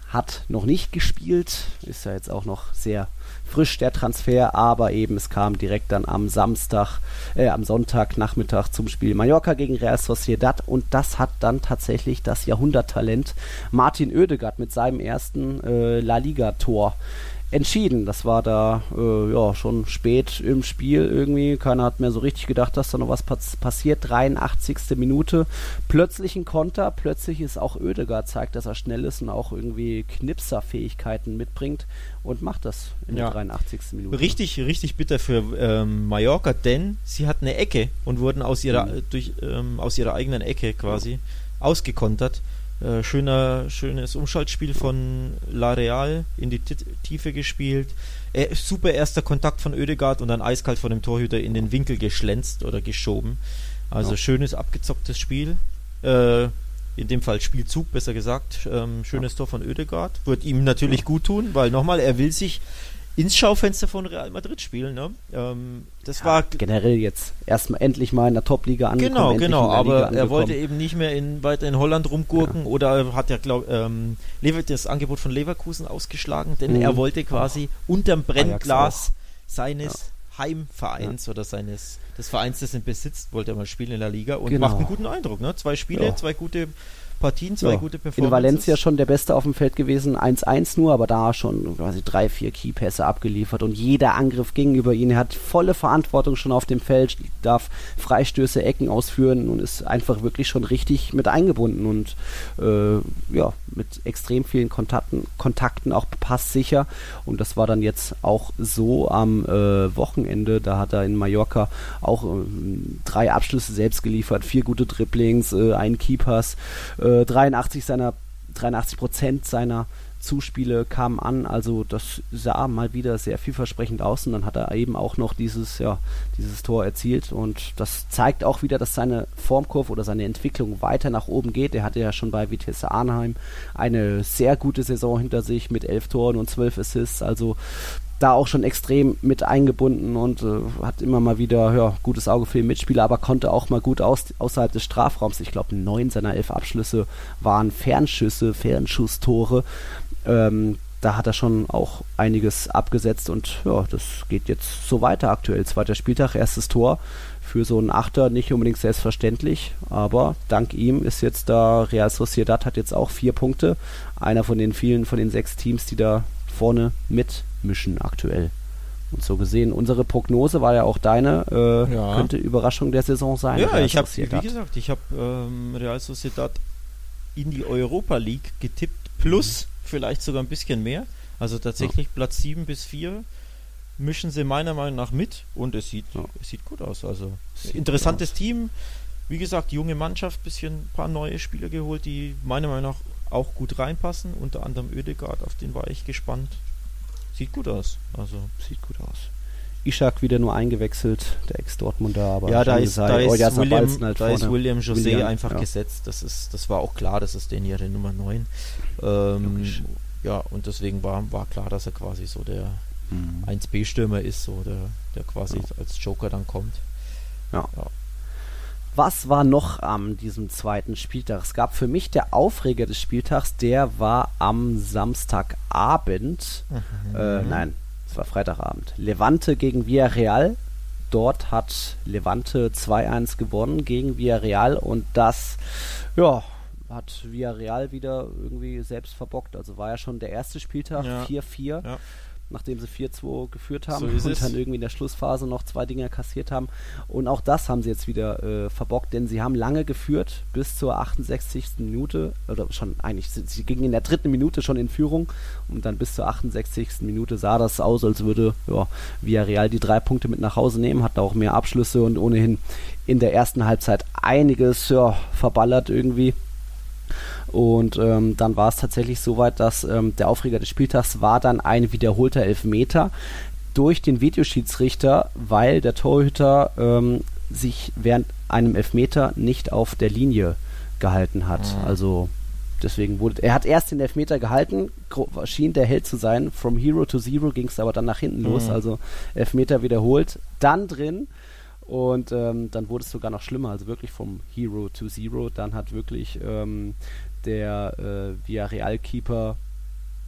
hat noch nicht gespielt, ist ja jetzt auch noch sehr frisch der Transfer, aber eben es kam direkt dann am Sonntagnachmittag zum Spiel Mallorca gegen Real Sociedad und das hat dann tatsächlich das Jahrhunderttalent Martin Oedegaard mit seinem ersten La Liga-Tor entschieden. Das war da schon spät im Spiel irgendwie. Keiner hat mehr so richtig gedacht, dass da noch was passiert. 83. Minute. Plötzlich ein Konter. Plötzlich ist auch Oedegaard, zeigt, dass er schnell ist und auch irgendwie Knipserfähigkeiten mitbringt und macht das in der 83. Minute. Richtig, richtig bitter für Mallorca, denn sie hatten eine Ecke und wurden aus ihrer eigenen Ecke quasi ausgekontert. Schönes Umschaltspiel von La Real in die Tiefe gespielt. Super erster Kontakt von Oedegaard und dann eiskalt von dem Torhüter in den Winkel geschlänzt oder geschoben. Also schönes, abgezocktes Spiel. In dem Fall Spielzug, besser gesagt. Schönes Tor von Oedegaard. Wird ihm natürlich gut tun, weil nochmal, er will sich ins Schaufenster von Real Madrid spielen. Ne? Das war generell jetzt erstmal endlich mal in der Top-Liga angekommen. Genau, aber er wollte eben nicht mehr weiter in Holland rumgurken oder hat ja, das Angebot von Leverkusen ausgeschlagen, denn er wollte quasi unterm Brennglas seines Heimvereins oder des Vereins, das ihn besitzt, wollte er mal spielen in der Liga und macht einen guten Eindruck. Ne? 2 Spiele, 2 gute Partien, 2 gute Performances. In Valencia schon der Beste auf dem Feld gewesen, 1-1 nur, aber da schon quasi 3-4 Keypässe abgeliefert und jeder Angriff ging über ihn. Er hat volle Verantwortung schon auf dem Feld, darf Freistöße, Ecken ausführen und ist einfach wirklich schon richtig mit eingebunden und mit extrem vielen Kontakten auch passsicher und das war dann jetzt auch so am Wochenende, da hat er in Mallorca auch 3 Abschlüsse selbst geliefert, 4 gute Dribblings, 1 Keypass, 83% seiner Zuspiele kamen an, also das sah mal wieder sehr vielversprechend aus und dann hat er eben auch noch dieses Tor erzielt und das zeigt auch wieder, dass seine Formkurve oder seine Entwicklung weiter nach oben geht. Er hatte ja schon bei Vitesse Arnheim eine sehr gute Saison hinter sich mit 11 Toren und 12 Assists, also da auch schon extrem mit eingebunden und hat immer mal wieder gutes Auge für den Mitspieler, aber konnte auch mal gut außerhalb des Strafraums. Ich glaube, 9 seiner 11 Abschlüsse waren Fernschusstore. Da hat er schon auch einiges abgesetzt und das geht jetzt so weiter aktuell. 2. Spieltag, erstes Tor. Für so einen Achter nicht unbedingt selbstverständlich, aber dank ihm ist jetzt da Real Sociedad hat jetzt auch 4 Punkte. Einer von den 6 Teams, die da vorne mitmischen aktuell. Und so gesehen, unsere Prognose war ja auch deine, könnte Überraschung der Saison sein. Ja, ich habe Real Sociedad in die Europa League getippt, plus vielleicht sogar ein bisschen mehr. Also tatsächlich Platz 7 bis 4 mischen sie meiner Meinung nach mit und es sieht gut aus. Also interessantes Team, wie gesagt, junge Mannschaft, ein paar neue Spieler geholt, die meiner Meinung nach auch gut reinpassen, unter anderem Oedegaard, auf den war ich gespannt. Sieht gut aus. Ishak wieder nur eingewechselt, der Ex-Dortmunder, aber da ist William José einfach gesetzt. Das war auch klar, das ist ihre Nummer 9. Und deswegen war klar, dass er quasi so der 1B-Stürmer ist, so der quasi als Joker dann kommt. Ja. Was war noch an diesem 2. Spieltag? Es gab für mich der Aufreger des Spieltags, der war am Samstagabend. Nein, es war Freitagabend. Levante gegen Villarreal. Dort hat Levante 2-1 gewonnen gegen Villarreal und das, hat Villarreal wieder irgendwie selbst verbockt. Also war ja schon der erste Spieltag 4-4. Ja. Nachdem sie 4-2 geführt haben und dann irgendwie in der Schlussphase noch 2 Dinger kassiert haben. Und auch das haben sie jetzt wieder verbockt, denn sie haben lange geführt, bis zur 68. Minute, oder schon eigentlich, sie gingen in der 3. Minute schon in Führung und dann bis zur 68. Minute sah das aus, als würde Villarreal die 3 Punkte mit nach Hause nehmen, hatte auch mehr Abschlüsse und ohnehin in der ersten Halbzeit einiges verballert irgendwie. Und dann war es tatsächlich soweit, dass der Aufreger des Spieltags war dann ein wiederholter Elfmeter durch den Videoschiedsrichter, weil der Torhüter sich während einem Elfmeter nicht auf der Linie gehalten hat. Also deswegen er hat erst den Elfmeter gehalten, schien der Held zu sein. From Hero to Zero ging es aber dann nach hinten los. Also Elfmeter wiederholt, dann drin. Und dann wurde es sogar noch schlimmer, also wirklich vom Hero to Zero. Dann hat wirklich der Villarreal-Keeper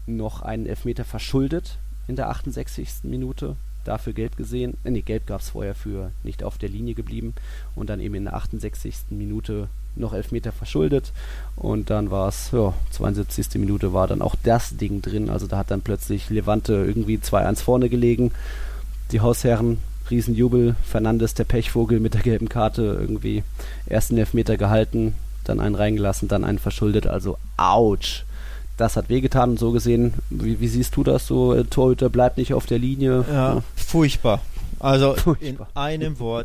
noch einen Elfmeter verschuldet in der 68. Minute. Dafür gelb gesehen. Gelb gab es vorher für nicht auf der Linie geblieben. Und dann eben in der 68. Minute noch Elfmeter verschuldet. Und dann war es, 72. Minute war dann auch das Ding drin. Also da hat dann plötzlich Levante irgendwie 2-1 vorne gelegen. Die Hausherren, Riesenjubel. Fernandes, der Pechvogel mit der gelben Karte, irgendwie ersten Elfmeter gehalten, dann einen reingelassen, dann einen verschuldet. Also, ouch. Das hat wehgetan und so gesehen, wie siehst du das so? Torhüter bleibt nicht auf der Linie. Ja, furchtbar. Also in einem Wort,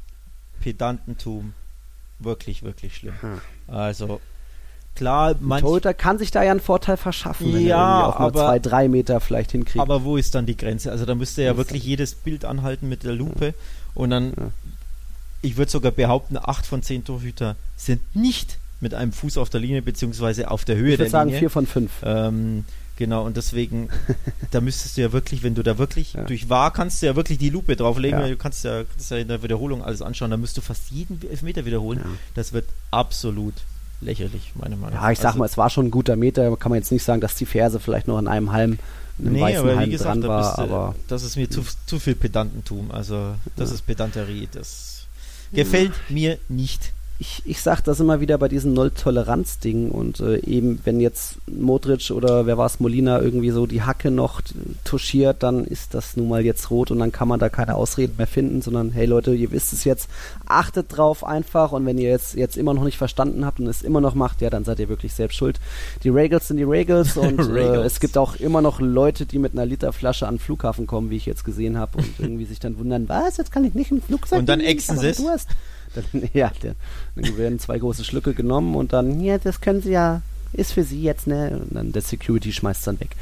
Pedantentum, wirklich, wirklich schlimm. Also klar, Torhüter kann sich da ja einen Vorteil verschaffen, wenn er auch nur 2-3 Meter vielleicht hinkriegt. Aber wo ist dann die Grenze? Also da müsste ja wirklich jedes Bild anhalten mit der Lupe und dann, ich würde sogar behaupten, 8 von 10 Torhüter sind nicht mit einem Fuß auf der Linie, beziehungsweise auf der Höhe der Linie. Ich würde sagen 4 von 5. Genau, und deswegen, da müsstest du ja wirklich, wenn du da wirklich durch VAR kannst du ja wirklich die Lupe drauflegen, du kannst ja in der Wiederholung alles anschauen, dann müsst du fast jeden Elfmeter wiederholen. Ja. Das wird absolut lächerlich, meiner Meinung nach. Ja, ich sag mal, es war schon ein guter Meter, kann man jetzt nicht sagen, dass die Ferse vielleicht noch an einem Halm, aber wie gesagt, dran war, aber das ist mir zu viel Pedantentum, also das ist Pedanterie, das gefällt mir nicht. Ich sag das immer wieder bei diesen Null-Toleranz-Dingen und eben, wenn jetzt Modric oder wer war es, Molina irgendwie so die Hacke noch touchiert, dann ist das nun mal jetzt rot und dann kann man da keine Ausreden mehr finden, sondern hey Leute, ihr wisst es jetzt, achtet drauf einfach und wenn ihr jetzt immer noch nicht verstanden habt und es immer noch macht, ja, dann seid ihr wirklich selbst schuld. Die Regels sind die Regels und es gibt auch immer noch Leute, die mit einer Literflasche an den Flughafen kommen, wie ich jetzt gesehen habe und irgendwie sich dann wundern, was, jetzt kann ich nicht im Flugzeug. Und dann exen sie es. Dann werden 2 große Schlücke genommen und dann, ja, das können sie ja, ist für sie jetzt, ne? Und dann der Security schmeißt es dann weg.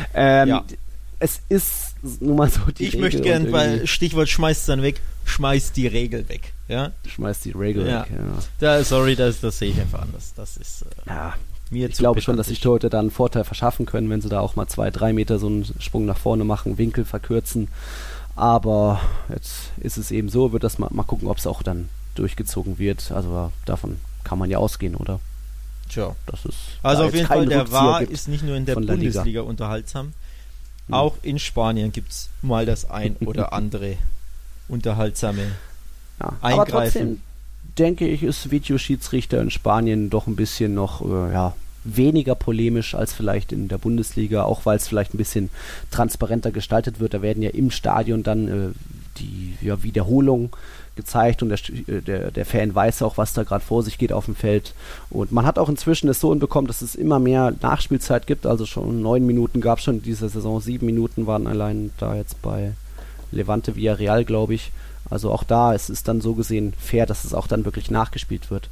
Es ist nun mal so die Regel. Ich möchte gerne, weil Stichwort schmeißt dann weg, schmeißt die Regel weg. Ja? Schmeißt die Regel weg, das sehe ich einfach anders. Das ist mir ich glaube schon, dass sich Torhüter da einen Vorteil verschaffen können, wenn sie da auch mal 2-3 Meter so einen Sprung nach vorne machen, Winkel verkürzen. Aber jetzt ist es eben so, wird das mal gucken, ob es auch dann durchgezogen wird. Also davon kann man ja ausgehen, oder? Tja. Das ist also auf jeden Fall, der VAR ist nicht nur in der Bundesliga unterhaltsam. Auch in Spanien gibt es mal das ein oder andere unterhaltsame Eingreifen. Aber trotzdem denke ich, ist Videoschiedsrichter in Spanien doch ein bisschen noch weniger polemisch als vielleicht in der Bundesliga, auch weil es vielleicht ein bisschen transparenter gestaltet wird. Da werden ja im Stadion dann die Wiederholungen gezeigt und der Fan weiß auch, was da gerade vor sich geht auf dem Feld. Und man hat auch inzwischen es so hinbekommen, dass es immer mehr Nachspielzeit gibt. Also schon 9 Minuten gab es schon in dieser Saison, 7 Minuten waren allein da jetzt bei Levante Villarreal, glaube ich. Also auch da ist es dann so gesehen fair, dass es auch dann wirklich nachgespielt wird.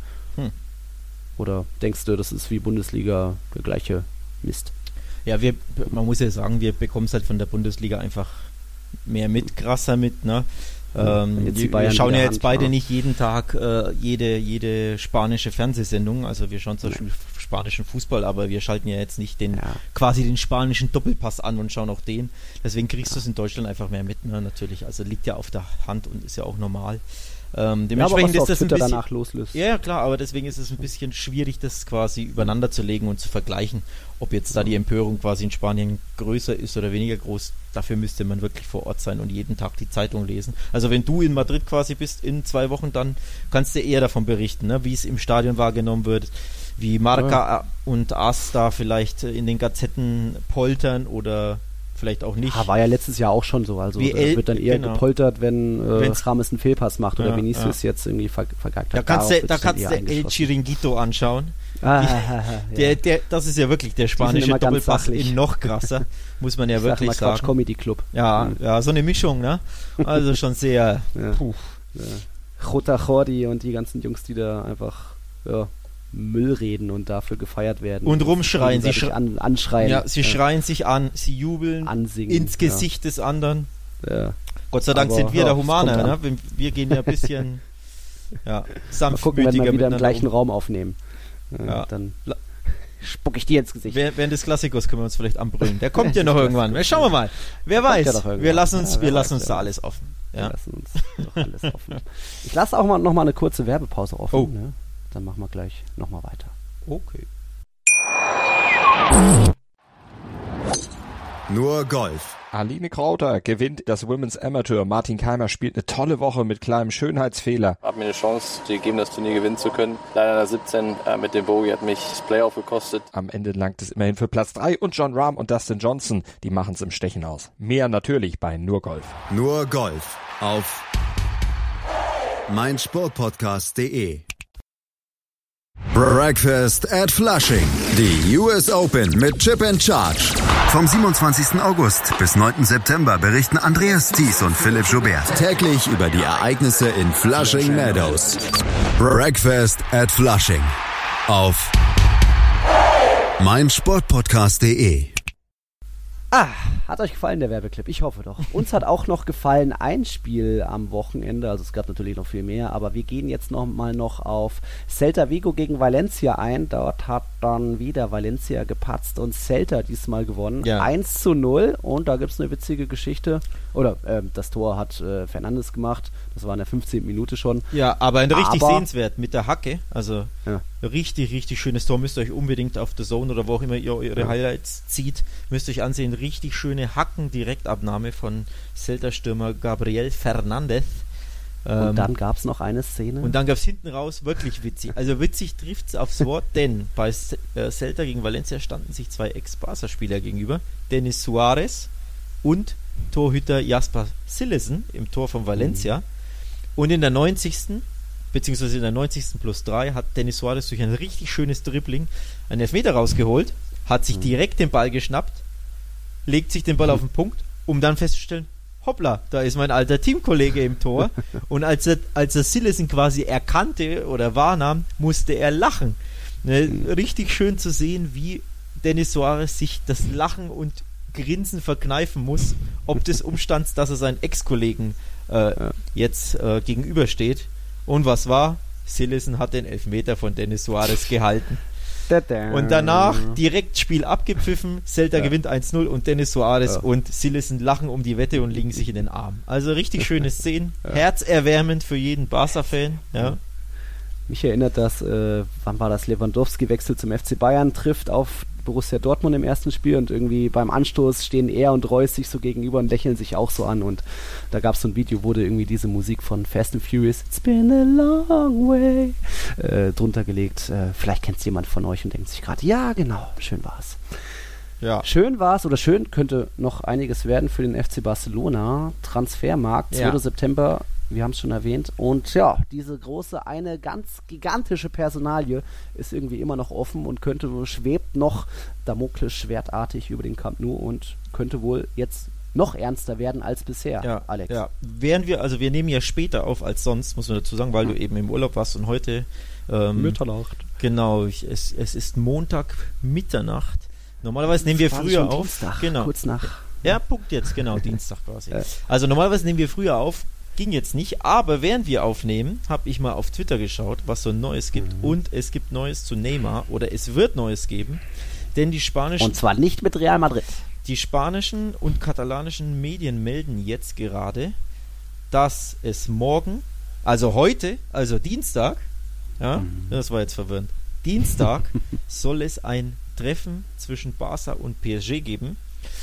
Oder denkst du, das ist wie Bundesliga der gleiche Mist? Ja, man muss ja sagen, wir bekommen es halt von der Bundesliga einfach mehr mit, krasser mit, ne? Wir schauen ja jetzt beide nicht jeden Tag jede spanische Fernsehsendung, also wir schauen zum Beispiel spanischen Fußball, aber wir schalten ja jetzt nicht quasi den spanischen Doppelpass an und schauen auch den. Deswegen kriegst du es in Deutschland einfach mehr mit, ne? Natürlich, also liegt ja auf der Hand und ist ja auch normal. Dementsprechend ist das ein bisschen danach loslöst. Ja, klar, aber deswegen ist es ein bisschen schwierig, das quasi übereinander zu legen und zu vergleichen, ob jetzt da die Empörung quasi in Spanien größer ist oder weniger groß. Dafür müsste man wirklich vor Ort sein und jeden Tag die Zeitung lesen. Also wenn du in Madrid quasi bist in 2 Wochen, dann kannst du eher davon berichten, ne, wie es im Stadion wahrgenommen wird, wie Marca und AS da vielleicht in den Gazetten poltern oder vielleicht auch nicht. War ja letztes Jahr auch schon so. Also wird dann eher gepoltert, wenn Rames einen Fehlpass macht oder Vinicius jetzt irgendwie vergeigt hat. Da kannst du El Chiringuito anschauen. Das ist ja wirklich der spanische Doppelpass in noch krasser, muss man ja wirklich sagen. Quatsch Comedy Club. Ja, so eine Mischung, ne? Also schon sehr Jota Jordi und die ganzen Jungs, die da einfach Müll reden und dafür gefeiert werden. Und rumschreien. Anschreien. Ja, sie schreien sich an, sie jubeln ansingen, ins Gesicht des anderen. Ja. Gott sei Dank sind wir der Humaner, ne? Wir gehen ja ein bisschen sanftmütiger mal gucken, wenn wir wieder im gleichen Raum aufnehmen. Dann spuck ich dir ins Gesicht. Während des Klassikers können wir uns vielleicht anbrüllen. Der kommt ja noch irgendwann. Schauen wir mal. Wer weiß. Wir lassen uns da alles offen. Ja. Wir lassen uns doch alles offen. Ich lasse auch noch mal eine kurze Werbepause offen. Oh. Ne? Dann machen wir gleich nochmal weiter. Okay. Nur Golf Aline Krauter gewinnt das Women's Amateur. Martin Keimer spielt eine tolle Woche mit kleinem Schönheitsfehler. Hat mir eine Chance gegeben, das Turnier gewinnen zu können. Leider der 17 mit dem Bogey hat mich das Playoff gekostet. Am Ende langt es immerhin für Platz 3 und Jon Rahm und Dustin Johnson, die machen es im Stechen aus. Mehr natürlich bei Nur Golf. Nur Golf auf meinsportpodcast.de. Breakfast at Flushing. Die US Open mit Chip and Charge. Vom 27. August bis 9. September berichten Andreas Thies und Philipp Joubert täglich über die Ereignisse in Flushing Meadows. Breakfast at Flushing auf meinsportpodcast.de. Hat euch gefallen, der Werbeclip? Ich hoffe doch. Uns hat auch noch gefallen ein Spiel am Wochenende, also es gab natürlich noch viel mehr, aber wir gehen jetzt noch auf Celta Vigo gegen Valencia ein. Dort hat dann wieder Valencia gepatzt und Celta diesmal gewonnen. Ja. 1:0 und da gibt es eine witzige Geschichte. Oder das Tor hat Fernandes gemacht, das war in der 15. Minute schon. Ja, aber richtig sehenswert mit der Hacke, also richtig, richtig schönes Tor. Müsst ihr euch unbedingt auf The Zone oder wo auch immer ihr eure Highlights zieht, müsst ihr euch ansehen. Richtig schöne Hacken-Direktabnahme von Celta-Stürmer Gabriel Fernandes. Und dann gab es noch eine Szene. Und dann gab es hinten raus wirklich witzig. Also witzig trifft es aufs Wort, denn bei Celta gegen Valencia standen sich zwei Ex-Barca-Spieler gegenüber. Denis Suarez und Torhüter Jasper Cillessen im Tor von Valencia. Und in der 90. beziehungsweise in der 90. plus 3 hat Denis Suarez durch ein richtig schönes Dribbling einen Elfmeter rausgeholt, hat sich direkt den Ball geschnappt, legt sich den Ball auf den Punkt, um dann festzustellen, hoppla, da ist mein alter Teamkollege im Tor. Und als er Cillessen quasi erkannte oder wahrnahm, musste er lachen. Richtig schön zu sehen, wie Denis Suarez sich das Lachen und Grinsen verkneifen muss, ob des Umstands, dass er seinen Ex-Kollegen jetzt gegenübersteht. Und was war? Cillessen hat den Elfmeter von Denis Suarez gehalten. Und danach direkt Spiel abgepfiffen, Celta gewinnt 1:0 und Denis Suarez und Cillessen lachen um die Wette und liegen sich in den Arm. Also richtig schöne Szenen, herzerwärmend für jeden Barca-Fan. Ja. Mich erinnert das, wann war das, Lewandowski-Wechsel zum FC Bayern trifft auf Borussia Dortmund im ersten Spiel und irgendwie beim Anstoß stehen er und Reus sich so gegenüber und lächeln sich auch so an und da gab es so ein Video, wurde irgendwie diese Musik von Fast and Furious, It's been a long way, drunter gelegt. Vielleicht kennt es jemand von euch und denkt sich gerade, ja genau, schön war's. Ja. Schön war's oder schön könnte noch einiges werden für den FC Barcelona. Transfermarkt, 2. September, wir haben es schon erwähnt. Und ja, diese große, eine ganz gigantische Personalie ist irgendwie immer noch offen und schwebt noch Damoklesschwertartig über den Camp Nou und könnte wohl jetzt noch ernster werden als bisher, Alex. Ja, wir nehmen ja später auf als sonst, muss man dazu sagen, weil du eben im Urlaub warst und heute Mitternacht. Genau, es ist Montag Mitternacht. Normalerweise nehmen wir früher auf. Dienstag, genau. Kurz nach. Ja, Punkt jetzt, genau, Dienstag quasi. Also normalerweise nehmen wir früher auf, ging jetzt nicht, aber während wir aufnehmen, habe ich mal auf Twitter geschaut, was so Neues gibt und es gibt Neues zu Neymar oder es wird Neues geben, denn die spanischen... Und zwar nicht mit Real Madrid. Die spanischen und katalanischen Medien melden jetzt gerade, dass es morgen, also heute, also Dienstag, das war jetzt verwirrend, Dienstag soll es ein Treffen zwischen Barca und PSG geben.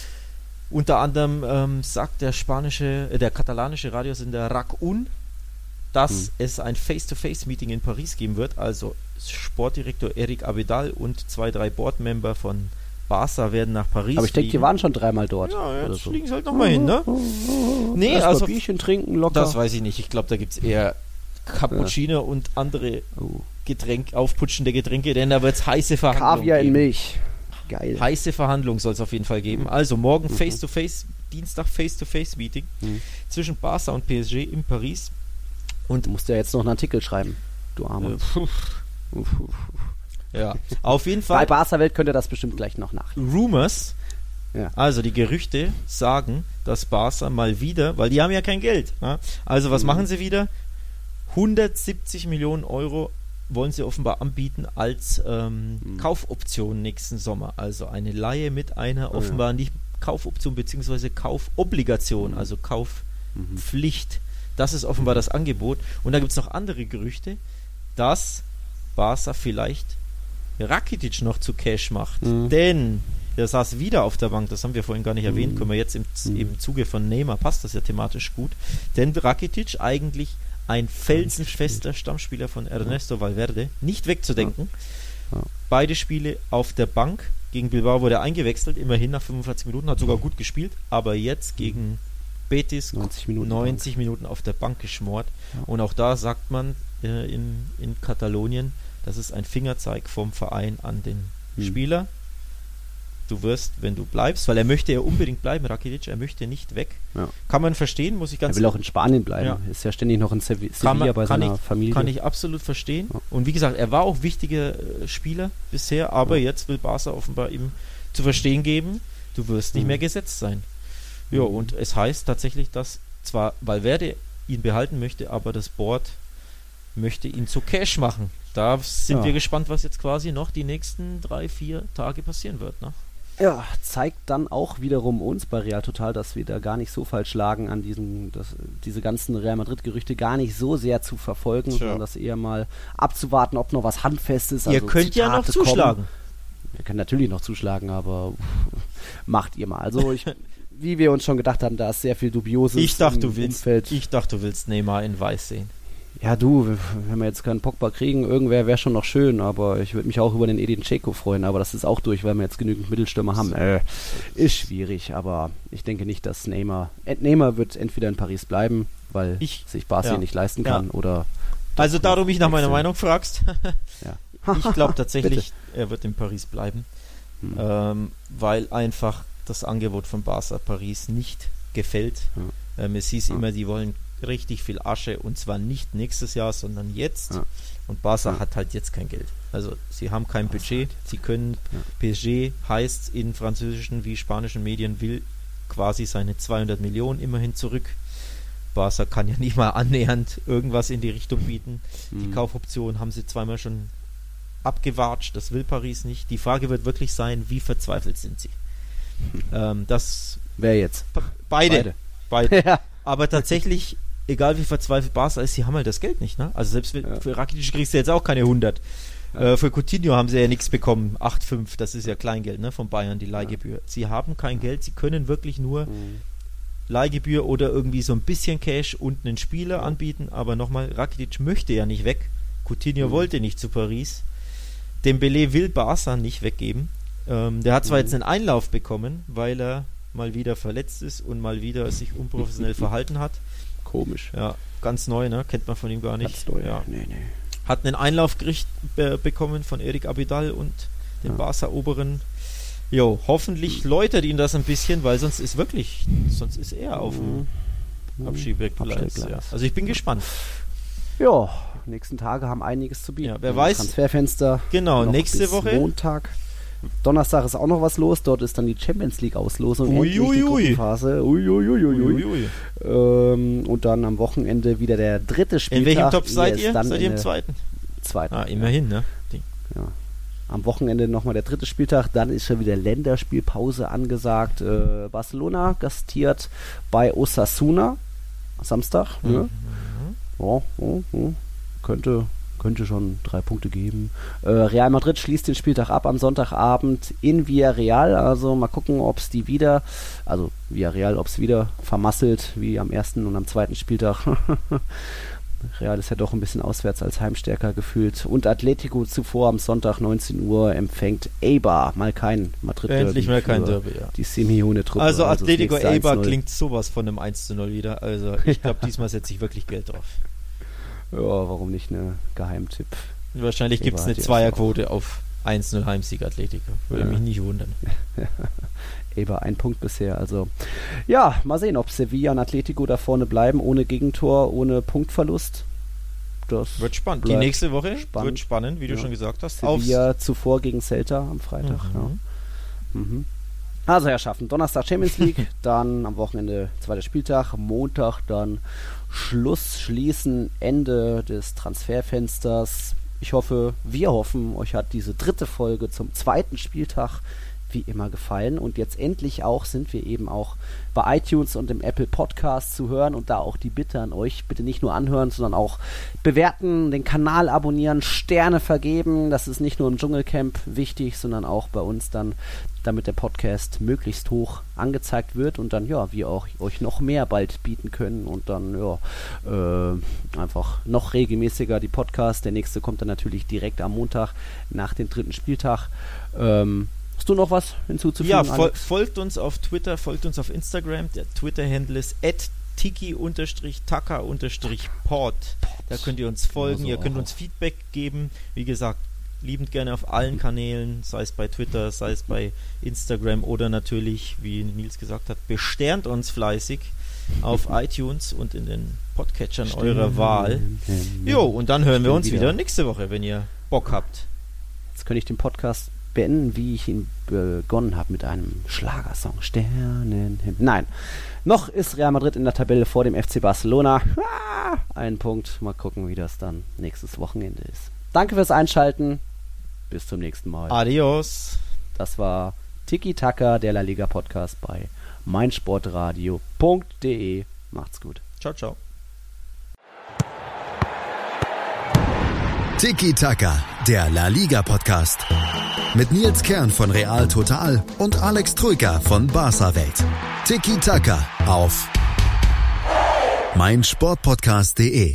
Unter anderem sagt der katalanische Radiosender RAC1, dass es ein Face-to-Face-Meeting in Paris geben wird. Also Sportdirektor Eric Abidal und 2-3 Boardmember von Barca werden nach Paris Aber ich denke, die waren schon 3-mal dort. Ja, jetzt fliegen sie halt nochmal hin, ne? Nee, also Bierchen trinken locker. Das weiß ich nicht. Ich glaube, da gibt es eher Cappuccino und andere aufputschende Getränke, denn da wird es heiße Verhandlungen Kaviar in Milch. Geil. Heiße Verhandlungen soll es auf jeden Fall geben. Also morgen Face-to-Face, Dienstag Face-to-Face-Meeting zwischen Barca und PSG in Paris. Und du musst ja jetzt noch einen Artikel schreiben, du Arme. Ja, auf jeden Fall. Bei Barca-Welt könnt ihr das bestimmt gleich noch nach. Rumors, also die Gerüchte sagen, dass Barca mal wieder, weil die haben ja kein Geld. Ne? Also was machen sie wieder? 170 Millionen Euro wollen sie offenbar anbieten als Kaufoption nächsten Sommer. Also eine Leihe mit einer offenbar nicht Kaufoption bzw. Kaufobligation, also Kaufpflicht. Das ist offenbar das Angebot. Und da gibt es noch andere Gerüchte, dass Barca vielleicht Rakitic noch zu Cash macht. Denn der saß wieder auf der Bank, das haben wir vorhin gar nicht erwähnt, können wir jetzt im Zuge von Neymar, passt das ja thematisch gut, denn Rakitic eigentlich ein felsenfester Stammspieler von Ernesto Valverde, nicht wegzudenken. Beide Spiele auf der Bank, gegen Bilbao wurde er eingewechselt, immerhin nach 45 Minuten, hat sogar gut gespielt, aber jetzt gegen Betis 90 Minuten auf der Bank geschmort. Und auch da sagt man in Katalonien, das ist ein Fingerzeig vom Verein an den Spieler. Du wirst, wenn du bleibst, weil er möchte ja unbedingt bleiben, Rakitic, er möchte nicht weg. Ja. Kann man verstehen, muss ich ganz... Er will auch in Spanien bleiben, ist ja ständig noch in Sevilla bei seiner Familie. Kann ich absolut verstehen. Ja. Und wie gesagt, er war auch wichtiger Spieler bisher, aber jetzt will Barca offenbar ihm zu verstehen geben, du wirst nicht mehr gesetzt sein. Ja, und es heißt tatsächlich, dass zwar Valverde ihn behalten möchte, aber das Board möchte ihn zu Cash machen. Da sind wir gespannt, was jetzt quasi noch die nächsten 3-4 Tage passieren wird, ne? Ja, zeigt dann auch wiederum uns bei Real Total, dass wir da gar nicht so falsch lagen, an diese ganzen Real Madrid-Gerüchte gar nicht so sehr zu verfolgen, sondern das eher mal abzuwarten, ob noch was Handfestes ist. Ihr könnt ja noch zuschlagen. Wir können natürlich noch zuschlagen, aber macht ihr mal. Also wie wir uns schon gedacht haben, da ist sehr viel Dubioses Umfeld. Ich dachte, du willst Neymar in Weiß sehen. Ja du, wenn wir jetzt keinen Pogba kriegen, irgendwer wäre schon noch schön, aber ich würde mich auch über den Edin Dzeko freuen, aber das ist auch durch, weil wir jetzt genügend Mittelstürmer haben. Ist schwierig, aber ich denke nicht, dass Neymar wird entweder in Paris bleiben, weil sich Barca nicht leisten kann, oder... Also da du mich nach meiner Meinung fragst, ich glaube tatsächlich, er wird in Paris bleiben, weil einfach das Angebot von Barca Paris nicht gefällt. Es hieß immer, die wollen richtig viel Asche und zwar nicht nächstes Jahr, sondern jetzt. Und Barca hat halt jetzt kein Geld. Also sie haben kein Budget. Sie können, PSG heißt in französischen wie spanischen Medien, will quasi seine 200 Millionen immerhin zurück. Barca kann ja nicht mal annähernd irgendwas in die Richtung bieten. Die Kaufoption haben sie zweimal schon abgewatscht. Das will Paris nicht. Die Frage wird wirklich sein, wie verzweifelt sind sie? Wer jetzt? Beide. Ja. Aber tatsächlich, egal wie verzweifelt Barca ist, sie haben halt das Geld nicht. Ne? Also selbst für Rakitic kriegst du jetzt auch keine 100. Für Coutinho haben sie ja nichts bekommen. 8,5, das ist ja Kleingeld, ne, von Bayern, die Leihgebühr. Sie haben kein Geld, sie können wirklich nur Leihgebühr oder irgendwie so ein bisschen Cash und einen Spieler anbieten. Aber nochmal, Rakitic möchte ja nicht weg. Coutinho wollte nicht zu Paris. Dembélé will Barca nicht weggeben. Der hat zwar jetzt einen Einlauf bekommen, weil er mal wieder verletzt ist und mal wieder sich unprofessionell verhalten hat. Komisch. Ja, ganz neu, ne? Kennt man von ihm gar nicht. Ganz neu, ja. Nee. Hat einen Einlauf bekommen von Eric Abidal und den Barca-Oberen. Jo, hoffentlich läutert ihn das ein bisschen, weil sonst ist er auf dem Abschiebegleis. Ja. Also ich bin gespannt. Ja, nächsten Tage haben einiges zu bieten. Ja, wer weiß. Transferfenster. Genau, nächste Woche. Montag. Donnerstag ist auch noch was los. Dort ist dann die Champions League Auslosung. Die Gruppenphase. Und dann am Wochenende wieder der dritte Spieltag. In welchem Topf seid ihr? Seid ihr im zweiten? Zweiten. Immerhin, ne? Ja. Am Wochenende nochmal der dritte Spieltag. Dann ist schon wieder Länderspielpause angesagt. Barcelona gastiert bei Osasuna. Samstag. Könnte schon 3 Punkte geben. Real Madrid schließt den Spieltag ab am Sonntagabend in Villarreal. Also mal gucken, ob es wieder vermasselt wie am ersten und am zweiten Spieltag. Real ist ja doch ein bisschen auswärts als heimstärker gefühlt. Und Atletico zuvor am Sonntag 19 Uhr empfängt Eibar. Mal kein Madrid-Derby. Endlich mal kein Derby, ja. Die Simeone-Truppe. Also Atletico Eibar klingt sowas von einem 1:0 wieder. Also ich glaube, diesmal setze ich wirklich Geld drauf. Ja, warum nicht eine Geheimtipp? Wahrscheinlich gibt es eine Zweierquote auf 1:0 Heimsieg Atletico. Würde mich nicht wundern. Eibar 1 Punkt bisher. Also ja, mal sehen, ob Sevilla und Atletico da vorne bleiben, ohne Gegentor, ohne Punktverlust. Das wird spannend. Die nächste Woche wird spannend, wie du schon gesagt hast. Sevilla zuvor gegen Celta am Freitag. Also Herrschaften, Donnerstag Champions League, dann am Wochenende zweiter Spieltag, Montag dann Schließen, Ende des Transferfensters. Wir hoffen, euch hat diese dritte Folge zum zweiten Spieltag wie immer gefallen. Und jetzt endlich auch sind wir eben auch bei iTunes und im Apple Podcast zu hören. Und da auch die Bitte an euch, bitte nicht nur anhören, sondern auch bewerten, den Kanal abonnieren, Sterne vergeben. Das ist nicht nur im Dschungelcamp wichtig, sondern auch bei uns dann, damit der Podcast möglichst hoch angezeigt wird und dann, ja, wir auch euch noch mehr bald bieten können und dann, ja, einfach noch regelmäßiger die Podcasts. Der nächste kommt dann natürlich direkt am Montag nach dem 3. Spieltag. Hast du noch was hinzuzufügen? Ja, folgt uns auf Twitter, folgt uns auf Instagram. Der Twitter-Handle ist @tiki_taka_pod. Da könnt ihr uns folgen, ihr könnt uns Feedback geben. Wie gesagt, liebend gerne auf allen Kanälen, sei es bei Twitter, sei es bei Instagram oder natürlich, wie Nils gesagt hat, besternt uns fleißig auf iTunes und in den Podcatchern eurer Wahl. Jo, und dann hören wir uns wieder nächste Woche, wenn ihr Bock habt. Jetzt könnte ich den Podcast beenden, wie ich ihn begonnen habe, mit einem Schlagersong. Sternenhimmel. Nein, noch ist Real Madrid in der Tabelle vor dem FC Barcelona. Ein Punkt. Mal gucken, wie das dann nächstes Wochenende ist. Danke fürs Einschalten. Bis zum nächsten Mal. Adios. Das war Tiki Taka, der La Liga Podcast bei meinsportradio.de. Macht's gut. Ciao, ciao. Tiki Taka, der La Liga Podcast. Mit Nils Kern von Real Total und Alex Troika von Barca Welt. Tiki Taka auf meinsportpodcast.de.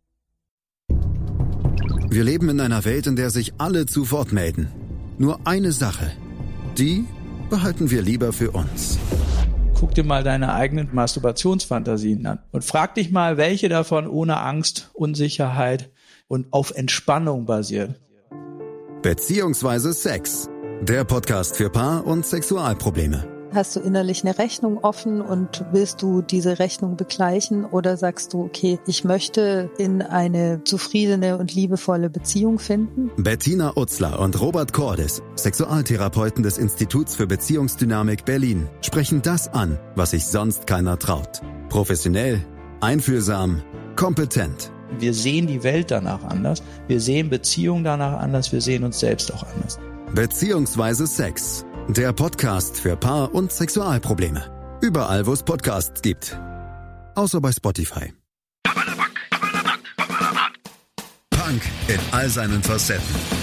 Wir leben in einer Welt, in der sich alle zu Wort melden. Nur eine Sache, die behalten wir lieber für uns. Guck dir mal deine eigenen Masturbationsfantasien an und frag dich mal, welche davon ohne Angst, Unsicherheit und auf Entspannung basieren. Beziehungsweise Sex. Der Podcast für Paar- und Sexualprobleme. Hast du innerlich eine Rechnung offen und willst du diese Rechnung begleichen oder sagst du, okay, ich möchte in eine zufriedene und liebevolle Beziehung finden? Bettina Utzler und Robert Cordes, Sexualtherapeuten des Instituts für Beziehungsdynamik Berlin, sprechen das an, was sich sonst keiner traut. Professionell, einfühlsam, kompetent. Wir sehen die Welt danach anders, wir sehen Beziehungen danach anders, wir sehen uns selbst auch anders. Beziehungsweise Sex. Der Podcast für Paar- und Sexualprobleme. Überall, wo es Podcasts gibt. Außer bei Spotify. Punk in all seinen Facetten.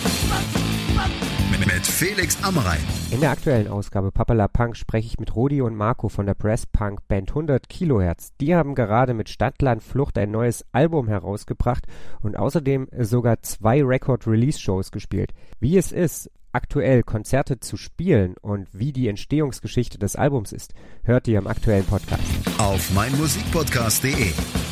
Mit Felix Amrein. In der aktuellen Ausgabe Papala Punk spreche ich mit Rudi und Marco von der Press-Punk-Band 100 Kilohertz. Die haben gerade mit Stadtland Flucht ein neues Album herausgebracht und außerdem sogar 2 Record-Release-Shows gespielt. Wie es ist, aktuell Konzerte zu spielen und wie die Entstehungsgeschichte des Albums ist, hört ihr im aktuellen Podcast. Auf meinmusikpodcast.de